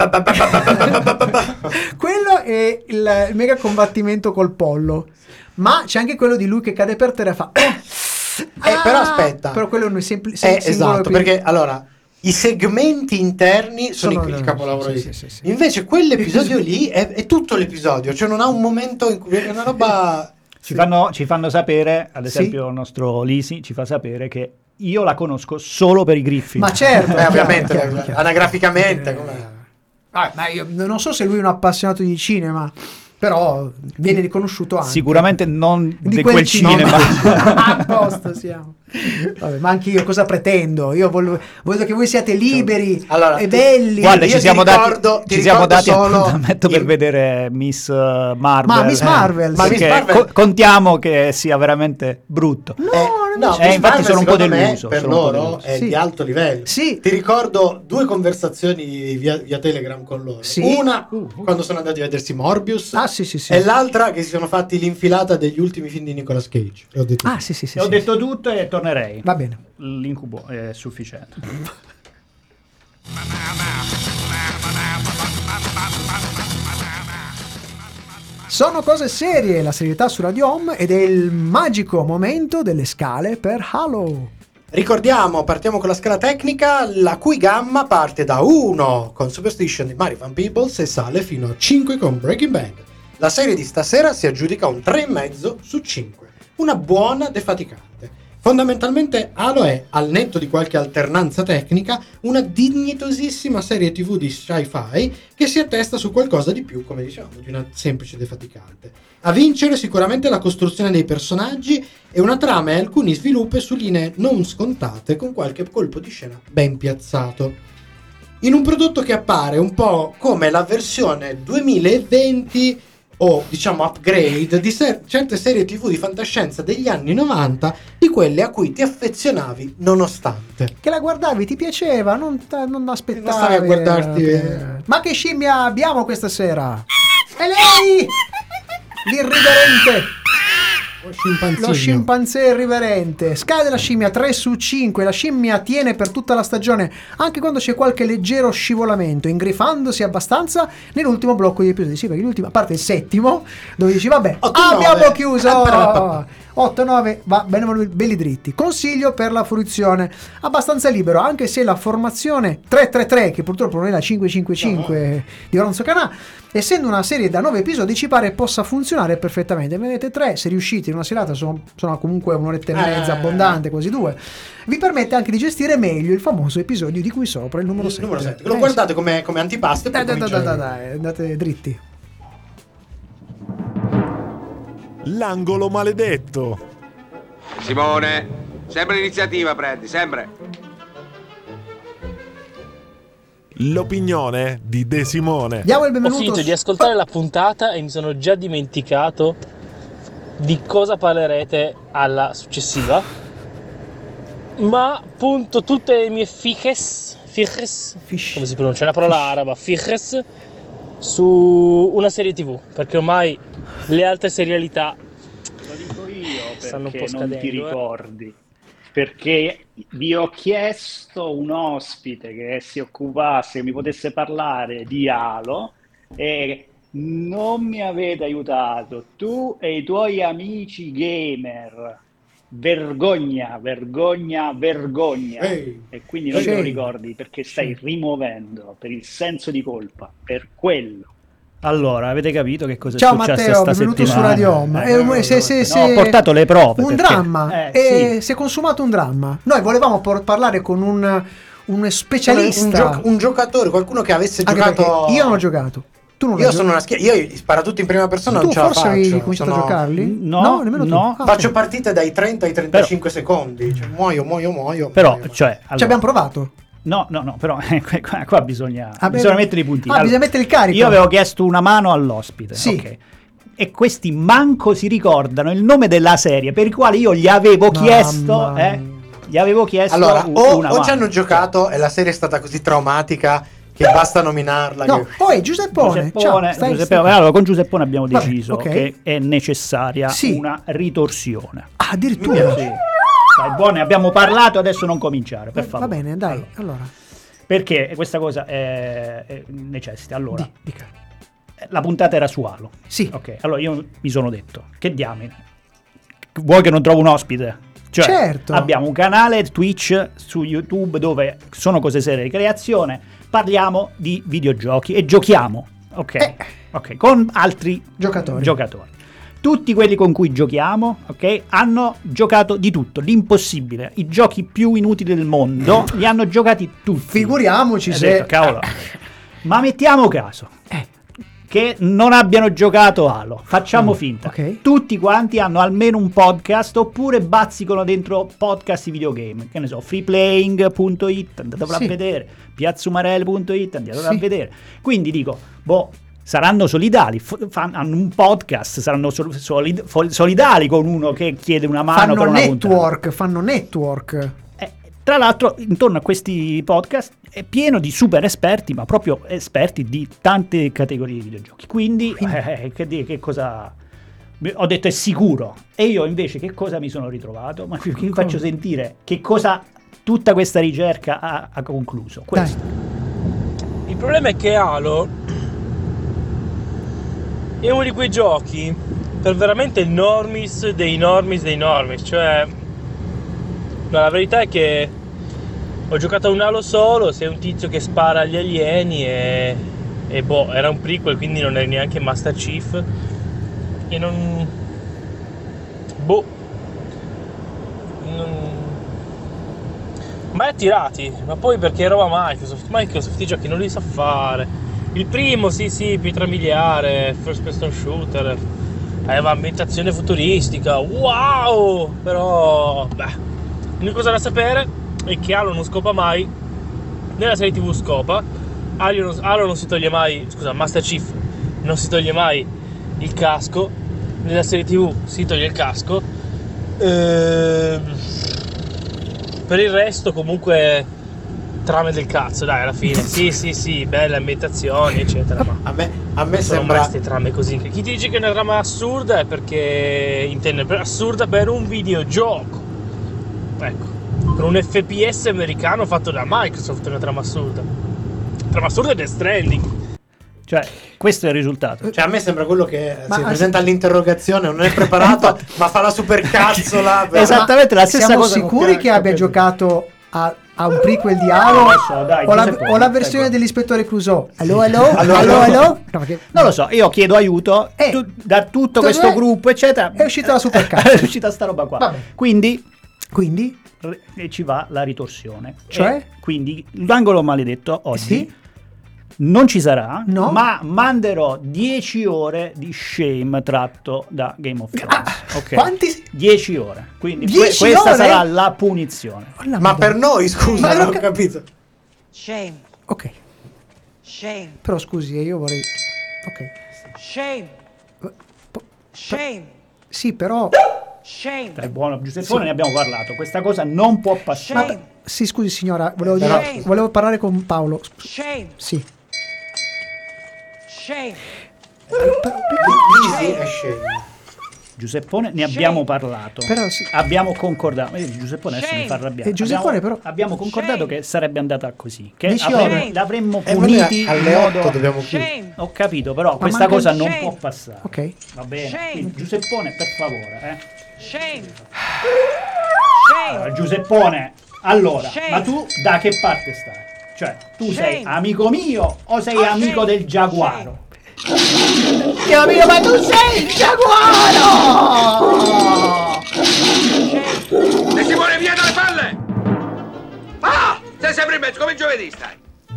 S2: quello è il mega combattimento col pollo. Ma c'è anche quello di lui che cade per terra e fa
S1: però aspetta.
S2: Però quello è un singolo
S1: esatto, perché allora i segmenti interni sono il capolavoro
S2: sì.
S1: Invece quell'episodio lì è tutto l'episodio, cioè non ha un momento in cui è una roba.
S3: Ci fanno sapere, ad esempio il nostro Lisi ci fa sapere che io la conosco solo per i Griffin.
S2: Ma certo,
S1: ovviamente,
S2: chiaro.
S1: anagraficamente.
S2: Ma io non so se lui è un appassionato di cinema, però viene riconosciuto anche.
S3: Sicuramente non di
S2: quel
S3: quel cinema.
S2: A posto siamo. Vabbè, ma anche io cosa pretendo? Io voglio che voi siate liberi e belli.
S3: Guarda, ci siamo dati
S1: solo
S3: appuntamento per vedere Miss Marvel.
S2: Ma Miss Marvel,
S3: contiamo che sia veramente brutto. Infatti sono un po' deluso.
S1: Per loro è di alto livello.
S2: Sì.
S1: Ti ricordo 2 conversazioni via Telegram con loro.
S2: Sì.
S1: Una quando sono andati a vedersi Morbius.
S2: Sì.
S1: E l'altra che si sono fatti l'infilata degli ultimi film di Nicolas Cage.
S2: Ho detto
S3: ho detto tutto e tornerei.
S2: Va bene.
S3: L'incubo è sufficiente.
S2: Sono cose serie, la serietà su Radio Home ed è il magico momento delle scale per Halo.
S1: Ricordiamo, partiamo con la scala tecnica, la cui gamma parte da 1 con Superstition di Mary Van Peebles e sale fino a 5 con Breaking Bad. La serie di stasera si aggiudica un 3,5 su 5, una buona defaticante. Fondamentalmente Halo è, al netto di qualche alternanza tecnica, una dignitosissima serie TV di sci-fi che si attesta su qualcosa di più, come dicevamo, di una semplice defaticante. A vincere sicuramente la costruzione dei personaggi e una trama e alcuni sviluppi su linee non scontate con qualche colpo di scena ben piazzato. In un prodotto che appare un po' come la versione 2020 o diciamo upgrade di certe serie TV di fantascienza degli anni 90, di quelle a cui ti affezionavi nonostante.
S2: Che la guardavi, ti piaceva, non aspettavi.
S1: Non stavi a guardarti.
S2: Ma che scimmia abbiamo questa sera? È lei! L'irriverente! Lo scimpanzé irriverente. Scade la scimmia 3 su 5. La scimmia tiene per tutta la stagione, anche quando c'è qualche leggero scivolamento, ingrifandosi abbastanza nell'ultimo blocco di episodi. Sì, perché l'ultima parte, il settimo, dove dici vabbè, abbiamo chiuso 8-9, va bene, belli dritti. Consiglio per la fruizione, abbastanza libero, anche se la formazione 3-3-3, che purtroppo non è la 5-5-5 di Ronzo Canà, essendo una serie da 9 episodi, ci pare possa funzionare perfettamente. Ne avete 3, se riuscite in una serata, sono comunque un'oretta e mezza abbondante, quasi 2. Vi permette anche di gestire meglio il famoso episodio di cui sopra, il numero 7.
S1: Lo guardate come antipasto e poi
S2: dai, andate dritti.
S6: L'angolo maledetto.
S8: Simone, sempre l'iniziativa prendi, sempre.
S6: L'opinione di De Simone.
S2: Diamo il
S9: Ho
S2: benvenuto.
S9: finito di ascoltare la puntata e mi sono già dimenticato di cosa parlerete alla successiva. Ma punto tutte le mie fiches, come si pronuncia? È una parola araba, fiches, su una serie TV, perché ormai le altre serialità
S3: Lo dico io
S9: stanno un po'
S3: perché
S9: scadendo.
S3: non ti ricordi. Perché vi ho chiesto un ospite che si occupasse, che mi potesse parlare di Halo, e non mi avete aiutato, tu e i tuoi amici gamer. Vergogna, vergogna, vergogna.
S1: Ehi.
S3: E quindi non te lo
S2: Shame.
S3: ricordi perché stai rimuovendo per il senso di colpa, per quello. Allora, avete capito che cosa
S2: Ciao
S3: è successo
S2: Matteo,
S3: sta
S2: benvenuto
S3: settimana?
S2: su Radio Home.
S3: No, ho portato le prove.
S2: Un
S3: perché-
S2: dramma.
S3: sì.
S2: Si è consumato un dramma. Noi volevamo parlare con un specialista.
S1: Un giocatore, qualcuno che avesse
S2: Anche
S1: giocato.
S2: perché io non ho giocato. Tu non
S1: Io
S2: hai
S1: sono
S2: giocato.
S1: io sparo tutto in prima persona,
S2: Tu
S1: non ce la
S2: forse
S1: faccio.
S2: avevi cominciato a giocarli?
S3: No,
S2: nemmeno tu.
S3: no.
S2: Ah,
S1: Faccio
S2: ok.
S1: partite dai 30 ai 35 secondi. Cioè, muoio.
S3: Però,
S1: muoio.
S3: cioè,
S2: Ci
S3: allora,
S2: abbiamo provato.
S3: no, però qua bisogna
S2: Ah, beh,
S3: mettere i puntini.
S2: bisogna mettere il carico.
S3: Io avevo chiesto una mano all'ospite.
S2: Sì.
S3: Ok. E questi manco si ricordano il nome della serie, per il quale io gli avevo chiesto, gli avevo chiesto
S1: Allora,
S3: una
S1: o ci
S3: mano.
S1: hanno giocato e la serie è stata così traumatica che basta nominarla.
S2: No,
S1: che-
S2: poi Giuseppone. Ciao,
S3: Allora, con Giuseppone abbiamo
S2: Vabbè,
S3: deciso
S2: ok.
S3: che è necessaria
S2: Sì.
S3: una ritorsione.
S2: Ah, addirittura.
S3: Sì. Dai, buone, abbiamo parlato, adesso non cominciare, per favore.
S2: Va bene, dai. Allora.
S3: Perché questa cosa necessita. Allora,
S2: Dica.
S3: la puntata era su Halo.
S2: Sì.
S3: Ok, allora io mi sono detto, che diamine, vuoi che non trovo un ospite? Cioè,
S2: Certo.
S3: abbiamo un canale Twitch su YouTube dove sono cose serie di creazione, parliamo di videogiochi e giochiamo, ok, con altri
S2: Giocatori.
S3: Tutti quelli con cui giochiamo, ok, hanno giocato di tutto, l'impossibile, i giochi più inutili del mondo, li hanno giocati tutti.
S2: Figuriamoci
S3: Ho
S2: se.
S3: detto, cavolo. Ma mettiamo caso che non abbiano giocato Halo, facciamo finta.
S2: ok.
S3: Tutti quanti hanno almeno un podcast oppure bazzicano dentro podcast di videogame, che ne so, freeplaying.it, andatevelo
S2: Sì.
S3: a vedere, piazzumarel.it, andatevelo
S2: Sì.
S3: a vedere. Quindi dico, saranno solidali, hanno un podcast, saranno solidali con uno che chiede una mano per una puntata.
S2: Fanno network.
S3: Tra l'altro, intorno a questi podcast è pieno di super esperti, ma proprio esperti di tante categorie di videogiochi. Quindi che cosa... Ho detto è sicuro. E io invece che cosa mi sono ritrovato? Ma vi faccio sentire che cosa tutta questa ricerca ha concluso. Questo.
S9: Il problema è che Halo è uno di quei giochi per veramente il normis dei normis. Cioè, la verità è che ho giocato a un Halo solo, sei un tizio che spara agli alieni e era un prequel, quindi non eri neanche Master Chief e non mai attirati, ma poi perché roba Microsoft i giochi non li sa fare. Il primo sì, pietra miliare, first person shooter, aveva ambientazione futuristica, wow, però l'unica cosa da sapere è che Halo non scopa mai, nella serie TV scopa, Halo non si toglie mai, scusa, Master Chief non si toglie mai il casco, nella serie TV si toglie il casco, per il resto comunque trame del cazzo, dai, alla fine, sì, belle ambientazioni eccetera, ma
S1: A me
S9: sono
S1: sembra.
S9: queste trame così. Chi ti dice che è una trama assurda è perché intende assurda per un videogioco, ecco, per un FPS americano fatto da Microsoft è una trama assurda. Trama assurda è Death Stranding.
S3: Cioè, questo è il risultato.
S1: Cioè, a me sembra quello che si
S2: Ma-
S1: presenta all'interrogazione, non è preparato, ma fa la supercazzola.
S3: Esattamente la stessa
S2: Siamo
S3: cosa.
S2: sicuri che abbia giocato a un prequel di Halo
S3: Non lo so, dai, Giuseppe,
S2: o la versione
S3: prego.
S2: dell'ispettore Clouseau? Allo?
S1: Allo?
S2: No, perché
S3: Non lo so, io chiedo aiuto da tutto questo
S2: dov'è?
S3: gruppo, eccetera.
S2: È uscita la supercazzo.
S3: È uscita sta roba qua.
S2: Vabbè.
S3: Quindi
S2: Quindi?
S3: ci va la ritorsione.
S2: Cioè?
S3: E quindi l'angolo maledetto oggi
S2: Sì?
S3: non ci sarà,
S2: No.
S3: ma manderò 10 ore di shame tratto da Game of Thrones. Ok?
S2: Quanti?
S3: 10 ore. Quindi
S2: 10
S3: questa
S2: ore?
S3: sarà la punizione.
S2: Oh, la
S1: Ma
S2: Madonna.
S1: per noi, scusa,
S2: Ma
S1: non
S2: non
S1: ho capito.
S10: Shame.
S2: Ok,
S10: Shame.
S2: però scusi, io vorrei... Ok.
S10: Shame. Shame.
S2: Sì, però...
S10: Shame.
S3: È buono, Giuseppe, ne abbiamo parlato. Questa cosa non può passare.
S10: Shame.
S2: Sì, scusi signora, volevo
S10: Shame.
S2: volevo parlare con Paolo.
S10: Shame.
S2: Sì.
S10: Shame.
S1: Easy e scemo.
S3: Giuseppone, ne abbiamo parlato.
S2: Però
S3: abbiamo concordato. Giuseppone adesso mi fa arrabbiare. Abbiamo concordato che sarebbe andata così. Che l'avremmo puniti
S1: alle 8 dobbiamo chiudere.
S3: Ho capito, però questa cosa non può passare.
S2: Ok.
S3: Va bene. Quindi, Giuseppone, per favore. Allora, Giuseppone, ma tu da che parte stai? Cioè, tu sei amico mio o sei amico del giaguaro?
S2: Dio mio, ma tu sei il giaguaro!
S8: E Simone, via dalle palle! Ah! Sei sempre in mezzo, come giovedì stai!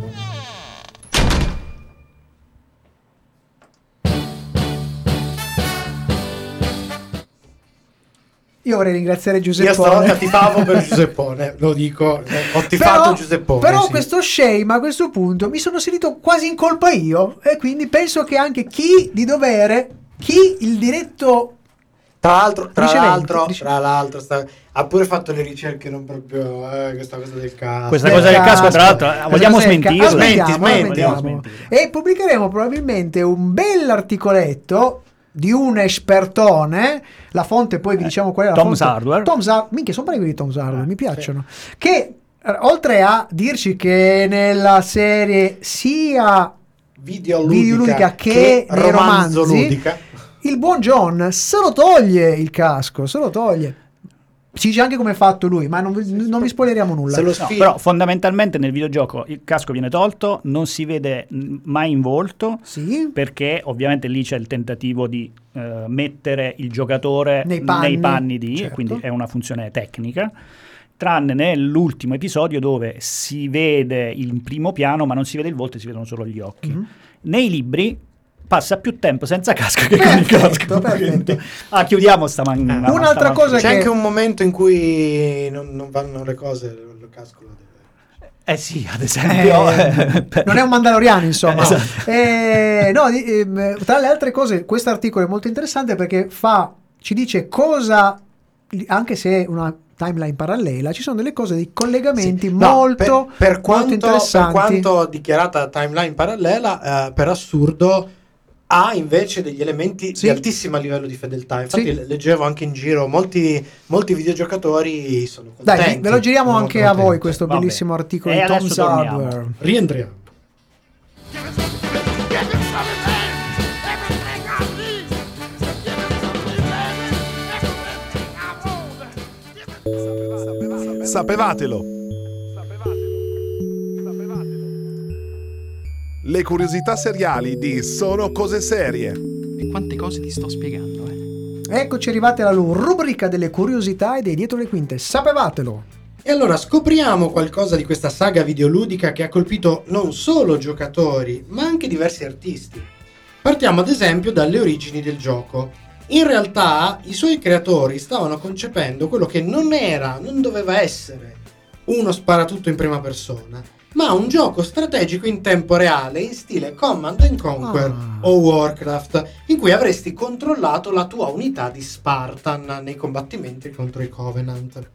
S2: Io vorrei ringraziare Giuseppone.
S1: Io stavolta tifavo per Giuseppone, lo dico, ho tifato Giuseppone.
S2: Però
S1: sì.
S2: questo shame a questo punto mi sono sentito quasi in colpa io, e quindi penso che anche chi di dovere, chi il diretto...
S1: Tra l'altro ha pure fatto le ricerche non proprio questa cosa del casco.
S3: Questa cosa del casco, tra l'altro, vogliamo smentirla.
S2: Smetti. E pubblicheremo probabilmente un bell'articoletto di un espertone, la fonte poi vi diciamo qual è la
S3: Tom's
S2: fonte.
S3: Hardware.
S2: Minchia, sono bravi di Tom's Hardware, mi piacciono. Che oltre a dirci che nella serie sia videoludica che nei romanzi, il buon John se lo toglie il casco, se lo toglie. Ci dice anche come è fatto lui, ma non vi spoileriamo nulla.
S3: Però fondamentalmente nel videogioco il casco viene tolto, non si vede mai in volto, perché ovviamente lì c'è il tentativo di mettere il giocatore nei panni di,
S2: certo.
S3: Quindi è una funzione tecnica, tranne nell'ultimo episodio dove si vede il primo piano ma non si vede il volto e si vedono solo gli occhi. Mm-hmm. Nei libri passa più tempo senza casco che con il casco.
S2: Perfetto.
S3: Chiudiamo sta manina.
S2: Un'altra cosa
S1: c'è anche un momento in cui non vanno le cose, il casco lo deve.
S3: Sì, ad esempio.
S2: Non è un mandaloriano, insomma.
S3: Esatto.
S2: Tra le altre cose, questo articolo è molto interessante perché ci dice cosa, anche se è una timeline parallela, ci sono delle cose, dei collegamenti molto interessanti.
S1: Per quanto dichiarata timeline parallela, per assurdo ha invece degli elementi di altissimo livello di fedeltà. Infatti leggevo anche in giro molti videogiocatori sono contenti.
S2: Dai, ve lo giriamo anche a voi questo bellissimo articolo di Tom's Hardware.
S1: Rientriamo.
S6: Sapevatelo. Le curiosità seriali di Sono Cose Serie.
S11: E quante cose ti sto spiegando,
S2: Eccoci arrivati alla rubrica delle curiosità e dei dietro le quinte. Sapevatelo.
S1: E allora scopriamo qualcosa di questa saga videoludica che ha colpito non solo giocatori, ma anche diversi artisti. Partiamo ad esempio dalle origini del gioco. In realtà i suoi creatori stavano concependo quello che non doveva essere uno sparatutto in prima persona, ma un gioco strategico in tempo reale in stile Command & Conquer o Warcraft, in cui avresti controllato la tua unità di Spartan nei combattimenti contro i Covenant.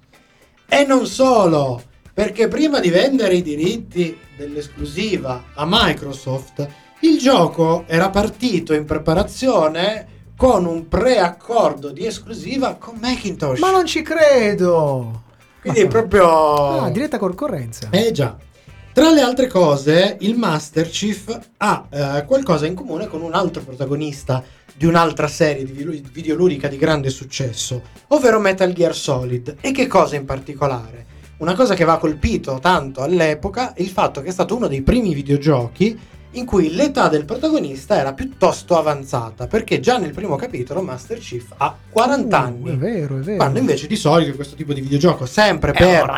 S1: E non solo, perché prima di vendere i diritti dell'esclusiva a Microsoft, il gioco era partito in preparazione con un preaccordo di esclusiva con Macintosh.
S2: Ma non ci credo!
S1: Quindi è proprio...
S2: diretta concorrenza.
S1: Già. Tra le altre cose, il Master Chief ha qualcosa in comune con un altro protagonista di un'altra serie di videoludica di grande successo, ovvero Metal Gear Solid. E che cosa in particolare? Una cosa che aveva colpito tanto all'epoca è il fatto che è stato uno dei primi videogiochi in cui l'età del protagonista era piuttosto avanzata, perché già nel primo capitolo Master Chief ha 40 anni.
S2: È vero.
S1: Quando invece di solito questo tipo di videogioco, sempre per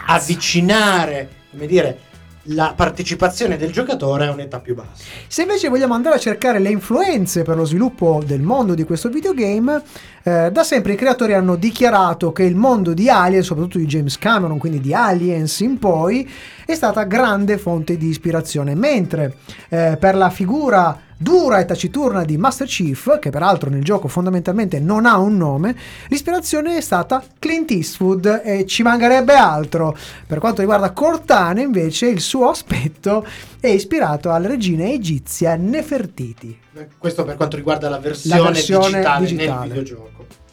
S1: avvicinare, come dire, la partecipazione del giocatore a un'età più bassa.
S2: Se invece vogliamo andare a cercare le influenze per lo sviluppo del mondo di questo videogame, da sempre i creatori hanno dichiarato che il mondo di Alien, soprattutto di James Cameron, quindi di Aliens in poi, è stata grande fonte di ispirazione, mentre per la figura dura e taciturna di Master Chief, che peraltro nel gioco fondamentalmente non ha un nome, l'ispirazione è stata Clint Eastwood, e ci mancherebbe altro. Per quanto riguarda Cortana invece il suo aspetto è ispirato alla regina egizia Nefertiti.
S1: Questo per quanto riguarda la versione digitale nel videogioco.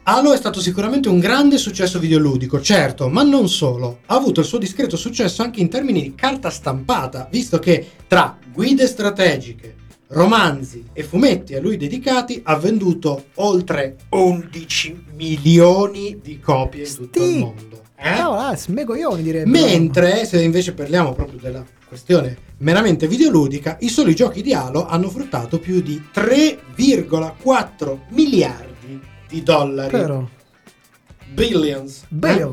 S1: Halo è stato sicuramente un grande successo videoludico, certo, ma non solo. Ha avuto il suo discreto successo anche in termini di carta stampata, visto che tra guide strategiche, romanzi e fumetti a lui dedicati ha venduto oltre 11 milioni di copie in tutto il mondo.
S2: Smegoglioni direbbe.
S1: Mentre, se invece parliamo proprio della questione meramente videoludica, i soli giochi di Halo hanno fruttato più di 3,4 miliardi di dollari.
S2: Però.
S1: Billions.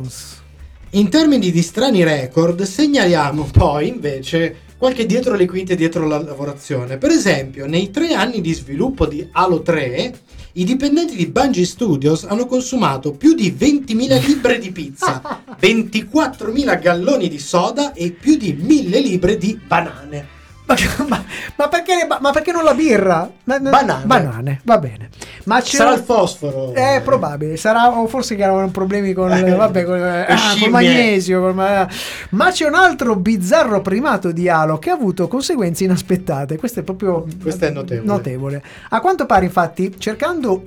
S2: In
S1: termini di strani record segnaliamo poi invece qualche dietro le quinte, dietro la lavorazione. Per esempio, nei 3 anni di sviluppo di Halo 3 i dipendenti di Bungie Studios hanno consumato più di 20.000 libbre di pizza, 24.000 galloni di soda e più di 1.000 libbre di banane.
S2: Ma perché non la birra? Banane, va bene. Ma
S1: sarà il fosforo.
S2: È probabile, sarà, o forse che avevano problemi con col magnesio. Ma c'è un altro bizzarro primato di Halo che ha avuto conseguenze inaspettate. Questo è notevole. A quanto pare, infatti, cercando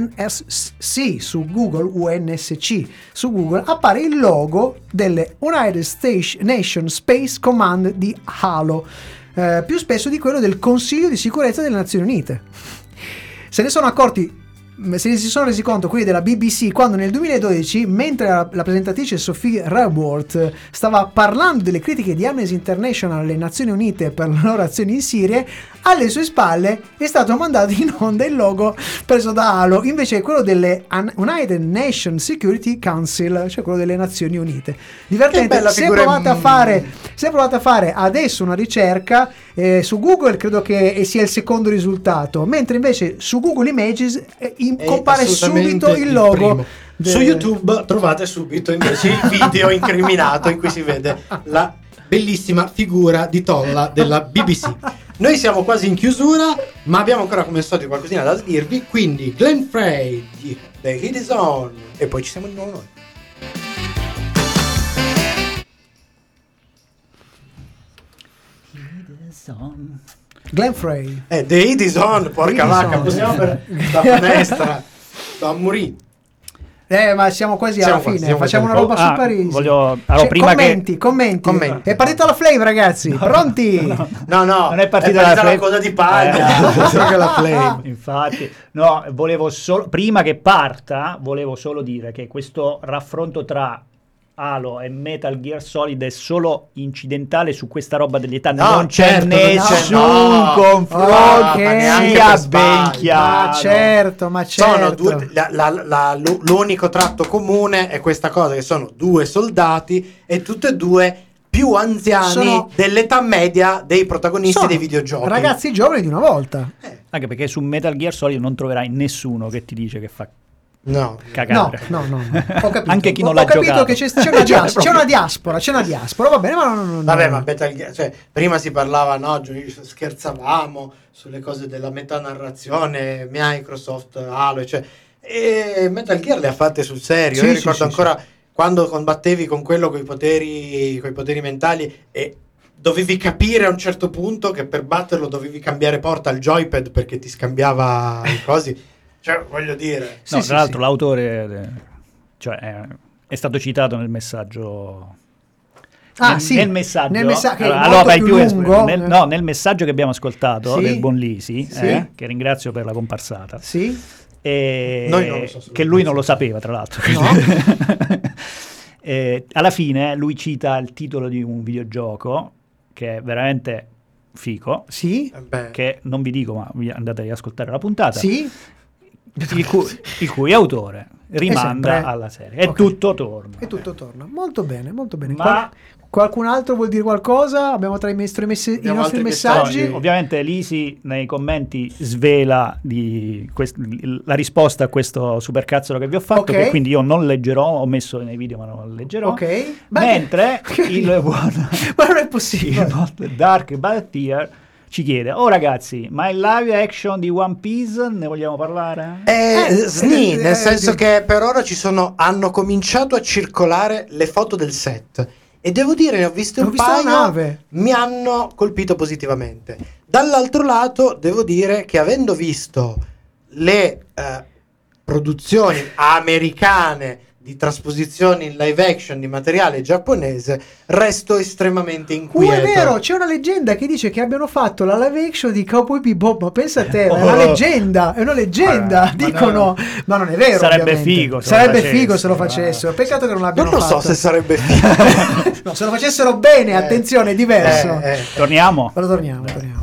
S2: UNSC su Google, appare il logo delle United Nations Space Command di Halo. Più spesso di quello del Consiglio di Sicurezza delle Nazioni Unite. Se ne si sono resi conto quelli della BBC quando nel 2012, mentre la presentatrice Sophie Raworth stava parlando delle critiche di Amnesty International alle Nazioni Unite per le loro azioni in Siria, alle sue spalle è stato mandato in onda il logo preso da Halo, invece quello delle United Nations Security Council, cioè quello delle Nazioni Unite. Divertente. Se provate a fare adesso una ricerca su Google, credo che sia il secondo risultato, mentre invece su Google Images compare subito il logo.
S1: Su YouTube trovate subito invece il video incriminato in cui si vede la bellissima figura di Tolla della BBC. Noi siamo quasi in chiusura, ma abbiamo ancora come solito qualcosina da dirvi, quindi Glenn Frey di The Heat Is On e poi ci siamo di nuovo noi.
S2: Glenn Frey.
S1: The Heat Is On, porca vacca, possiamo per la finestra da morire.
S2: Ma siamo quasi alla fine. Facciamo una roba su Parigi.
S3: Prima
S2: commenti. È partita la flame, ragazzi. Pronti?
S1: No,
S3: non è partita
S1: la coda di paglia. La flame.
S3: Infatti, no, prima che parta, volevo solo dire che questo raffronto tra Halo e Metal Gear Solid è solo incidentale su questa roba degli età, non c'è nessun confronto sia ben chiaro.
S2: Ma certo.
S1: Sono l'unico tratto comune è questa cosa, che sono 2 soldati e tutte e 2 più anziani dell'età media dei protagonisti dei videogiochi.
S2: Ragazzi giovani di una volta.
S3: Anche perché su Metal Gear Solid non troverai nessuno che ti dice che fa cagare.
S2: No. Ho capito.
S3: Anche chi non l'ha giocato.
S2: Ho capito che c'è una diaspora, va bene, ma non.
S1: Vabbè, ma Metal Gear, cioè, prima si parlava, scherzavamo sulle cose della metanarrazione, Microsoft, Halo, cioè, e Metal Gear le ha fatte sul serio. Io ricordo ancora quando combattevi con quello coi poteri mentali e dovevi capire a un certo punto che per batterlo dovevi cambiare porta al joypad perché ti scambiava i cosi. Cioè, voglio dire.
S3: Tra l'altro l'autore è stato citato nel messaggio. Nel messaggio. Nel messaggio che abbiamo ascoltato del buon Lisi, che ringrazio per la comparsata.
S1: Noi non lo so,
S3: che lui non lo sapeva, tra l'altro.
S2: No.
S3: Alla fine lui cita il titolo di un videogioco che è veramente fico. Che non vi dico, ma andate ad ascoltare la puntata. Il cui autore rimanda alla serie e tutto torna.
S2: Molto bene. Ma qualcun altro vuol dire qualcosa? Abbiamo tra i nostri messaggi.
S3: Ovviamente Lisi nei commenti svela la risposta a questo supercazzolo che vi ho fatto, che quindi io non leggerò, ho messo nei video ma non leggerò. Mentre il buon
S2: ma non è possibile.
S3: Dark Baltier ci chiede: ragazzi, ma il live action di One Piece ne vogliamo parlare?
S1: Nel senso che per ora hanno cominciato a circolare le foto del set e devo dire, ne ho viste un paio, mi hanno colpito positivamente. Dall'altro lato devo dire che avendo visto le produzioni americane di trasposizioni in live action di materiale giapponese, resto estremamente inquieto.
S2: È vero, c'è una leggenda che dice che abbiano fatto la live action di Cowboy Bebop, ma pensa a te, è una leggenda, dicono, ma non è vero.
S3: Sarebbe
S2: ovviamente.
S3: figo
S2: se lo facessero. Peccato che non l'abbiano
S1: fatto. Non lo so se sarebbe figo.
S2: No, se lo facessero bene, attenzione, è diverso.
S3: Torniamo.
S2: Allora torniamo.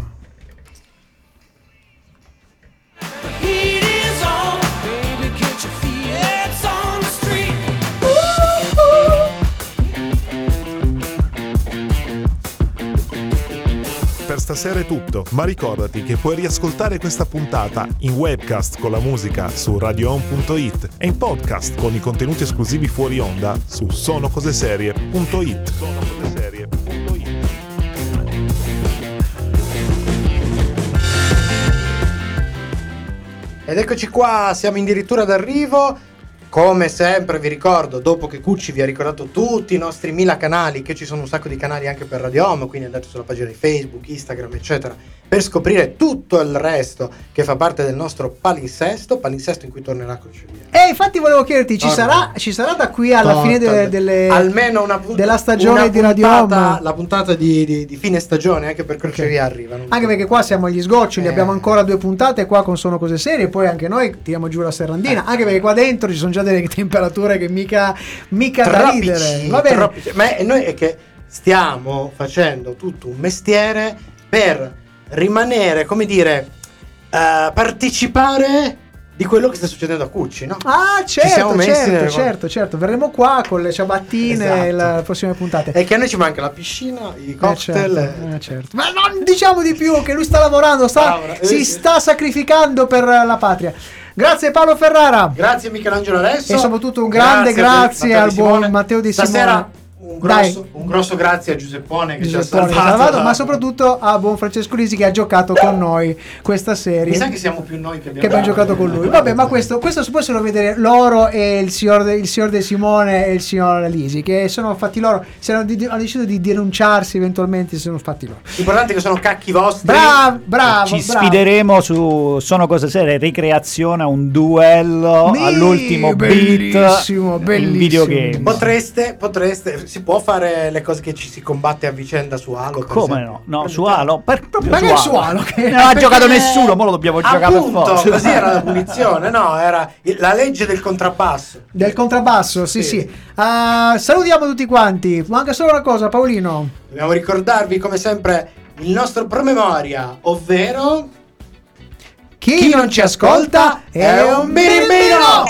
S6: Per stasera è tutto, ma ricordati che puoi riascoltare questa puntata in webcast con la musica su radioon.it e in podcast con i contenuti esclusivi fuori onda su sonocoseserie.it.
S1: Ed eccoci qua, siamo addirittura d'arrivo. Come sempre vi ricordo, dopo che Cucci vi ha ricordato tutti i nostri 1000 canali, che ci sono un sacco di canali anche per Radio Home, quindi andate sulla pagina di Facebook, Instagram, eccetera, per scoprire tutto il resto che fa parte del nostro palinsesto in cui tornerà Cucci via.
S2: Infatti volevo chiederti, ci sarà da qui alla fine delle
S1: almeno
S2: della stagione di Radio Home?
S1: La puntata di fine stagione anche per Crocevia arriva.
S2: Anche perché qua siamo agli sgoccioli, abbiamo ancora 2 puntate qua con Sono Cose Serie, poi anche noi tiriamo giù la serrandina, anche perché qua dentro ci sono già delle temperature che mica da ridere. Va bene.
S1: Ma noi è che stiamo facendo tutto un mestiere per rimanere, come dire, partecipare di quello che sta succedendo a Cucci, no?
S2: Ah, certo. Verremo qua con le ciabattine le prossime puntate.
S1: E che a noi ci manca la piscina, i cocktail.
S2: Certo. Ma non diciamo di più, che lui sta lavorando, si sta sacrificando per la patria. Grazie Paolo Ferrara.
S1: Grazie Michelangelo Alesso.
S2: E soprattutto un grande grazie al buon Matteo Di Simone.
S1: Stasera un grosso grazie a Giuseppone che ci ha salvato,
S2: ma soprattutto a buon Francesco Lisi che ha giocato con noi questa serie.
S1: Mi sa che siamo più noi che
S2: abbiamo giocato con lui. Vabbè, ma questo si possono vedere loro e il signor De Simone e il signor Lisi, che sono fatti loro, hanno deciso di denunciarsi eventualmente, sono fatti loro.
S1: L'importante è che sono cacchi vostri.
S2: Bravo.
S3: Ci sfideremo su Sono Cose Serie, ricreazione, un duello all'ultimo
S2: bellissimo,
S3: beat in videogame.
S1: Potreste si può fare le cose che ci si combatte a vicenda su Halo?
S3: Come
S1: esempio?
S3: No, su Halo, proprio
S2: ma
S3: su
S2: Halo che
S3: non ha giocato nessuno, ma lo dobbiamo giocare per forza.
S1: Così era la punizione, no? Era la legge del contrabbasso.
S2: Del contrabbasso, sì. Salutiamo tutti quanti. Manca solo una cosa, Paolino.
S1: Dobbiamo ricordarvi come sempre il nostro promemoria, ovvero chi non ci ascolta è un birimbino!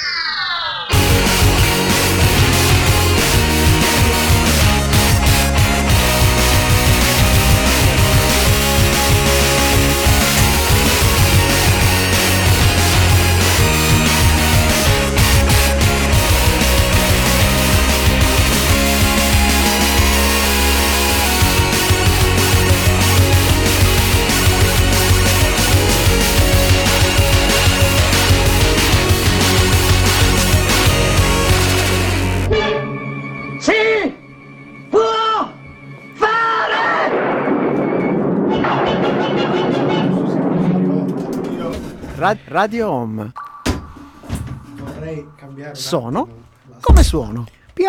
S12: Radio Home.
S1: Vorrei cambiare
S12: come suono.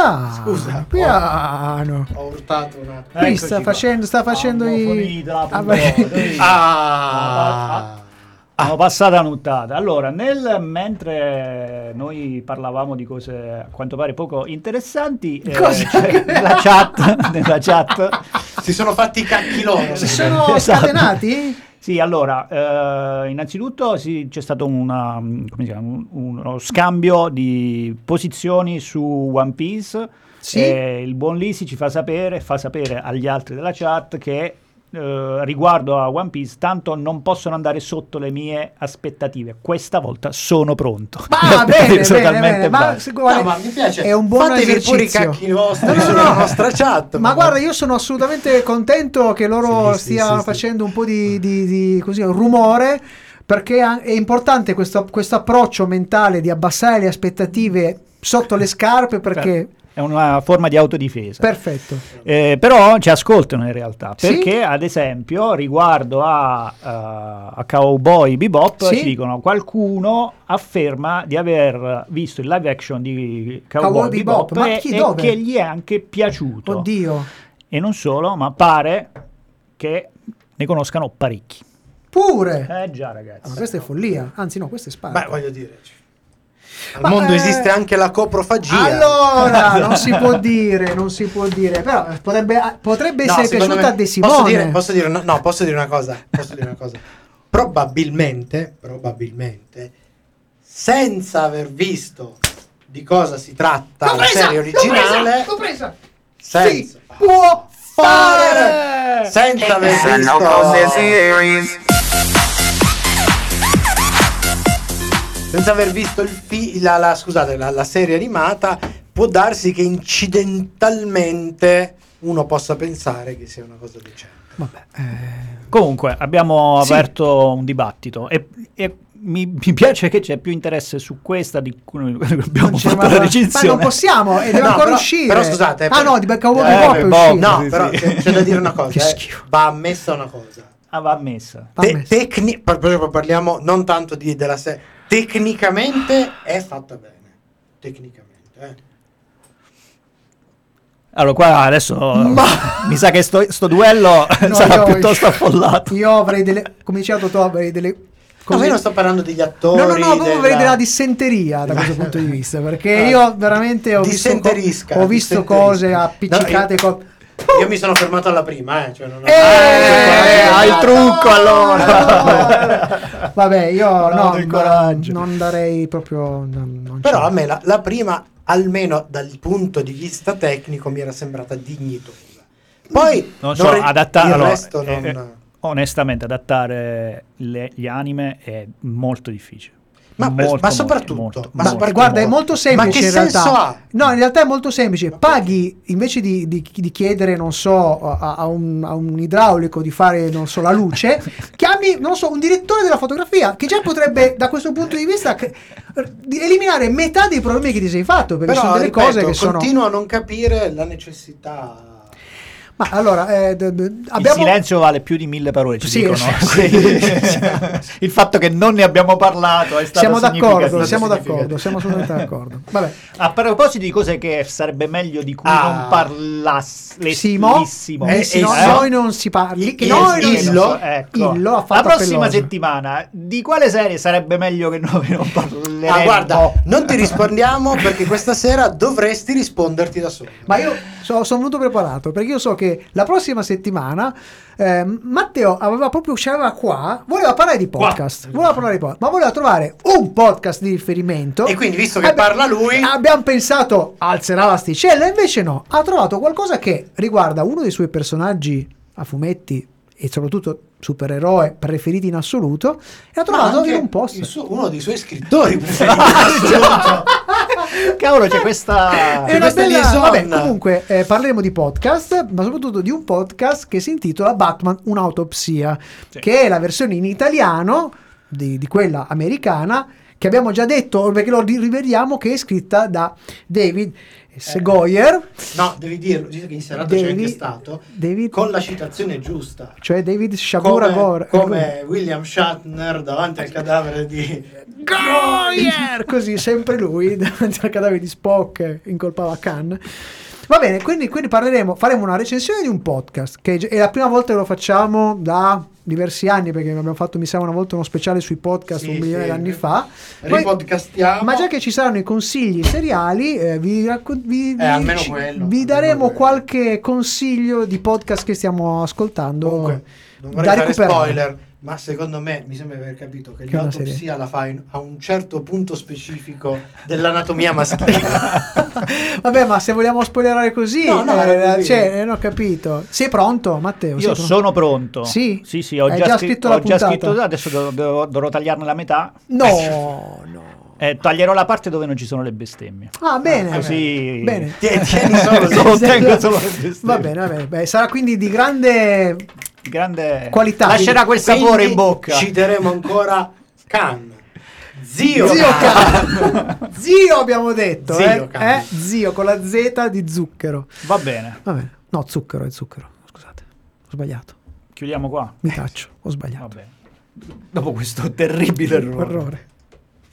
S2: Piano.
S1: Ho urtato un attimo.
S2: Qui sta facendo
S3: Abbiamo passato la nottata. Allora, mentre noi parlavamo di cose a quanto pare poco interessanti, nella chat
S1: si sono fatti i cacchi loro.
S2: Si sono scatenati?
S3: Sì, allora, innanzitutto c'è stato uno scambio di posizioni su One Piece.
S2: Sì.
S3: Il buon Lisi ci fa sapere agli altri della chat che riguardo a One Piece tanto non possono andare sotto le mie aspettative. Questa volta sono pronto.
S2: Bene. Ma
S1: mi piace.
S2: È un buon
S1: fatevi
S2: esercizio.
S1: Pure i cacchi vostri sulla nostra chat.
S2: Ma guarda, io sono assolutamente contento che loro stiano facendo un po' di così rumore, perché è importante questo approccio mentale di abbassare le aspettative sotto le scarpe, perché
S3: È una forma di autodifesa.
S2: Perfetto.
S3: Però ci ascoltano in realtà,
S2: Sì?
S3: perché ad esempio riguardo a Cowboy Bebop
S2: Sì?
S3: ci dicono: qualcuno afferma di aver visto il live action di Cowboy Bebop
S2: ma
S3: e
S2: dove?
S3: che gli è anche piaciuto.
S2: Oddio.
S3: E non solo, ma pare che ne conoscano parecchi.
S2: Pure.
S3: Già, ragazzi.
S2: Ma questa è follia. Anzi, no, questa è sparta.
S1: Beh, voglio dire, al mondo esiste anche la coprofagia.
S2: Allora, non si può dire. Però potrebbe essere piaciuta a De Simone.
S1: Posso dire una cosa. Probabilmente, senza aver visto di cosa si tratta la serie originale,
S2: L'ho presa.
S1: senza
S2: Si può fare.
S1: senza aver visto la serie animata, può darsi che incidentalmente uno possa pensare che sia una cosa decente.
S2: Vabbè,
S3: Comunque abbiamo aperto un dibattito e mi piace che c'è più interesse su questa di cui abbiamo fatto la recensione.
S2: Ma non possiamo, e deve ancora uscire.
S1: Però scusate,
S2: di Cowboy Bebop è uscito.
S1: No,
S3: sì,
S1: però
S3: sì.
S1: c'è da dire una cosa,
S2: Che schifo.
S1: va ammessa una cosa.
S3: Va ammessa.
S1: Proprio parliamo non tanto della serie, tecnicamente è fatta bene. Tecnicamente,
S3: Allora, qua adesso mi sa che sto duello sarà piuttosto affollato.
S2: Io avrei come diceva Totò, avrei delle
S1: No, io non sto parlando degli attori.
S2: No, proprio avrei della dissenteria da questo punto di vista, perché io veramente ho visto cose appiccicate.
S1: Io mi sono fermato alla prima, cioè non ho...
S3: hai il trucco allora.
S2: Vabbè, io non darei proprio.
S1: Però a me la prima, almeno dal punto di vista tecnico, mi era sembrata dignitosa. Poi
S3: non so, adattare
S1: il resto non...
S3: Onestamente, adattare gli anime è molto difficile.
S1: Ma soprattutto,
S2: guarda, è molto semplice.
S1: Ma che
S2: in realtà.
S1: senso ha?
S2: No, in realtà è molto semplice. Paghi invece di chiedere, non so, a un idraulico di fare, non so, la luce, chiami, non so, un direttore della fotografia che già potrebbe, da questo punto di vista, eliminare metà dei problemi che ti sei fatto. Perché
S1: però,
S2: sono delle cose che
S1: continuo a a non capire la necessità.
S2: Ma allora,
S3: il silenzio vale più di 1000 parole, ci dicono.
S2: Sì.
S3: Il fatto che non ne abbiamo parlato è stato
S2: siamo assolutamente d'accordo. Vabbè.
S3: A proposito di cose che sarebbe meglio di cui non parlassimo,
S2: noi non si parli.
S3: Illo
S2: ha fatto
S3: la prossima settimana di quale serie sarebbe meglio che noi non parleremo?
S1: Guarda, non ti rispondiamo perché questa sera dovresti risponderti da solo.
S2: Ma io sono venuto preparato, perché io so che la prossima settimana Matteo c'aveva qua, voleva parlare di podcast, ma voleva trovare un podcast di riferimento,
S1: e quindi, visto che parla lui,
S2: abbiamo pensato alzerà l'asticella, invece no, ha trovato qualcosa che riguarda uno dei suoi personaggi a fumetti e soprattutto supereroe preferiti in assoluto, e ha trovato in un post
S1: uno dei suoi scrittori preferiti in assoluto.
S3: Cavolo, c'è questa
S2: è una bella... Vabbè, comunque parleremo di podcast, ma soprattutto di un podcast che si intitola Batman un'autopsia, che è la versione in italiano di quella americana, che abbiamo già detto, perché lo rivediamo, che è scritta da David Segoyer.
S1: No, devi dirlo, che in serata c'è anche stato con la citazione giusta,
S2: cioè David Shagura
S1: come William Shatner davanti al cadavere di
S2: Goyer, così sempre lui davanti al cadavere di Spock incolpava Khan. Va bene, quindi faremo una recensione di un podcast, che è la prima volta che lo facciamo da diversi anni, perché abbiamo fatto, mi sa, una volta uno speciale sui podcast 1 milione di anni fa.
S1: Ripodcastiamo.
S2: Ma già che ci saranno i consigli seriali, vi daremo qualche consiglio di podcast che stiamo ascoltando.
S1: Comunque, non vorrei fare spoiler, ma secondo me mi sembra di aver capito che l'autopsia la fai a un certo punto specifico dell'anatomia maschile.
S2: Vabbè, ma se vogliamo spoilerare così, non ho capito. Sei pronto, Matteo?
S3: Io sono pronto.
S2: Sì,
S3: ho già scritto la puntata. Adesso dovrò tagliarne la metà.
S2: No.
S3: Taglierò la parte dove non ci sono le bestemmie.
S2: Ah, bene.
S3: Così
S2: bene.
S1: Tieni solo
S2: le bestemmie. Va bene. Beh, sarà quindi di grande
S3: qualità. Lascerà quel sapore in bocca.
S1: Citeremo ancora Khan. Zio
S2: Zio abbiamo detto,
S1: Zio,
S2: zio con la Z di zucchero.
S3: Va bene.
S2: No, zucchero è zucchero. Scusate, ho sbagliato.
S3: Chiudiamo qua.
S2: Mi taccio, ho sbagliato.
S3: Va bene. Dopo questo terribile errore.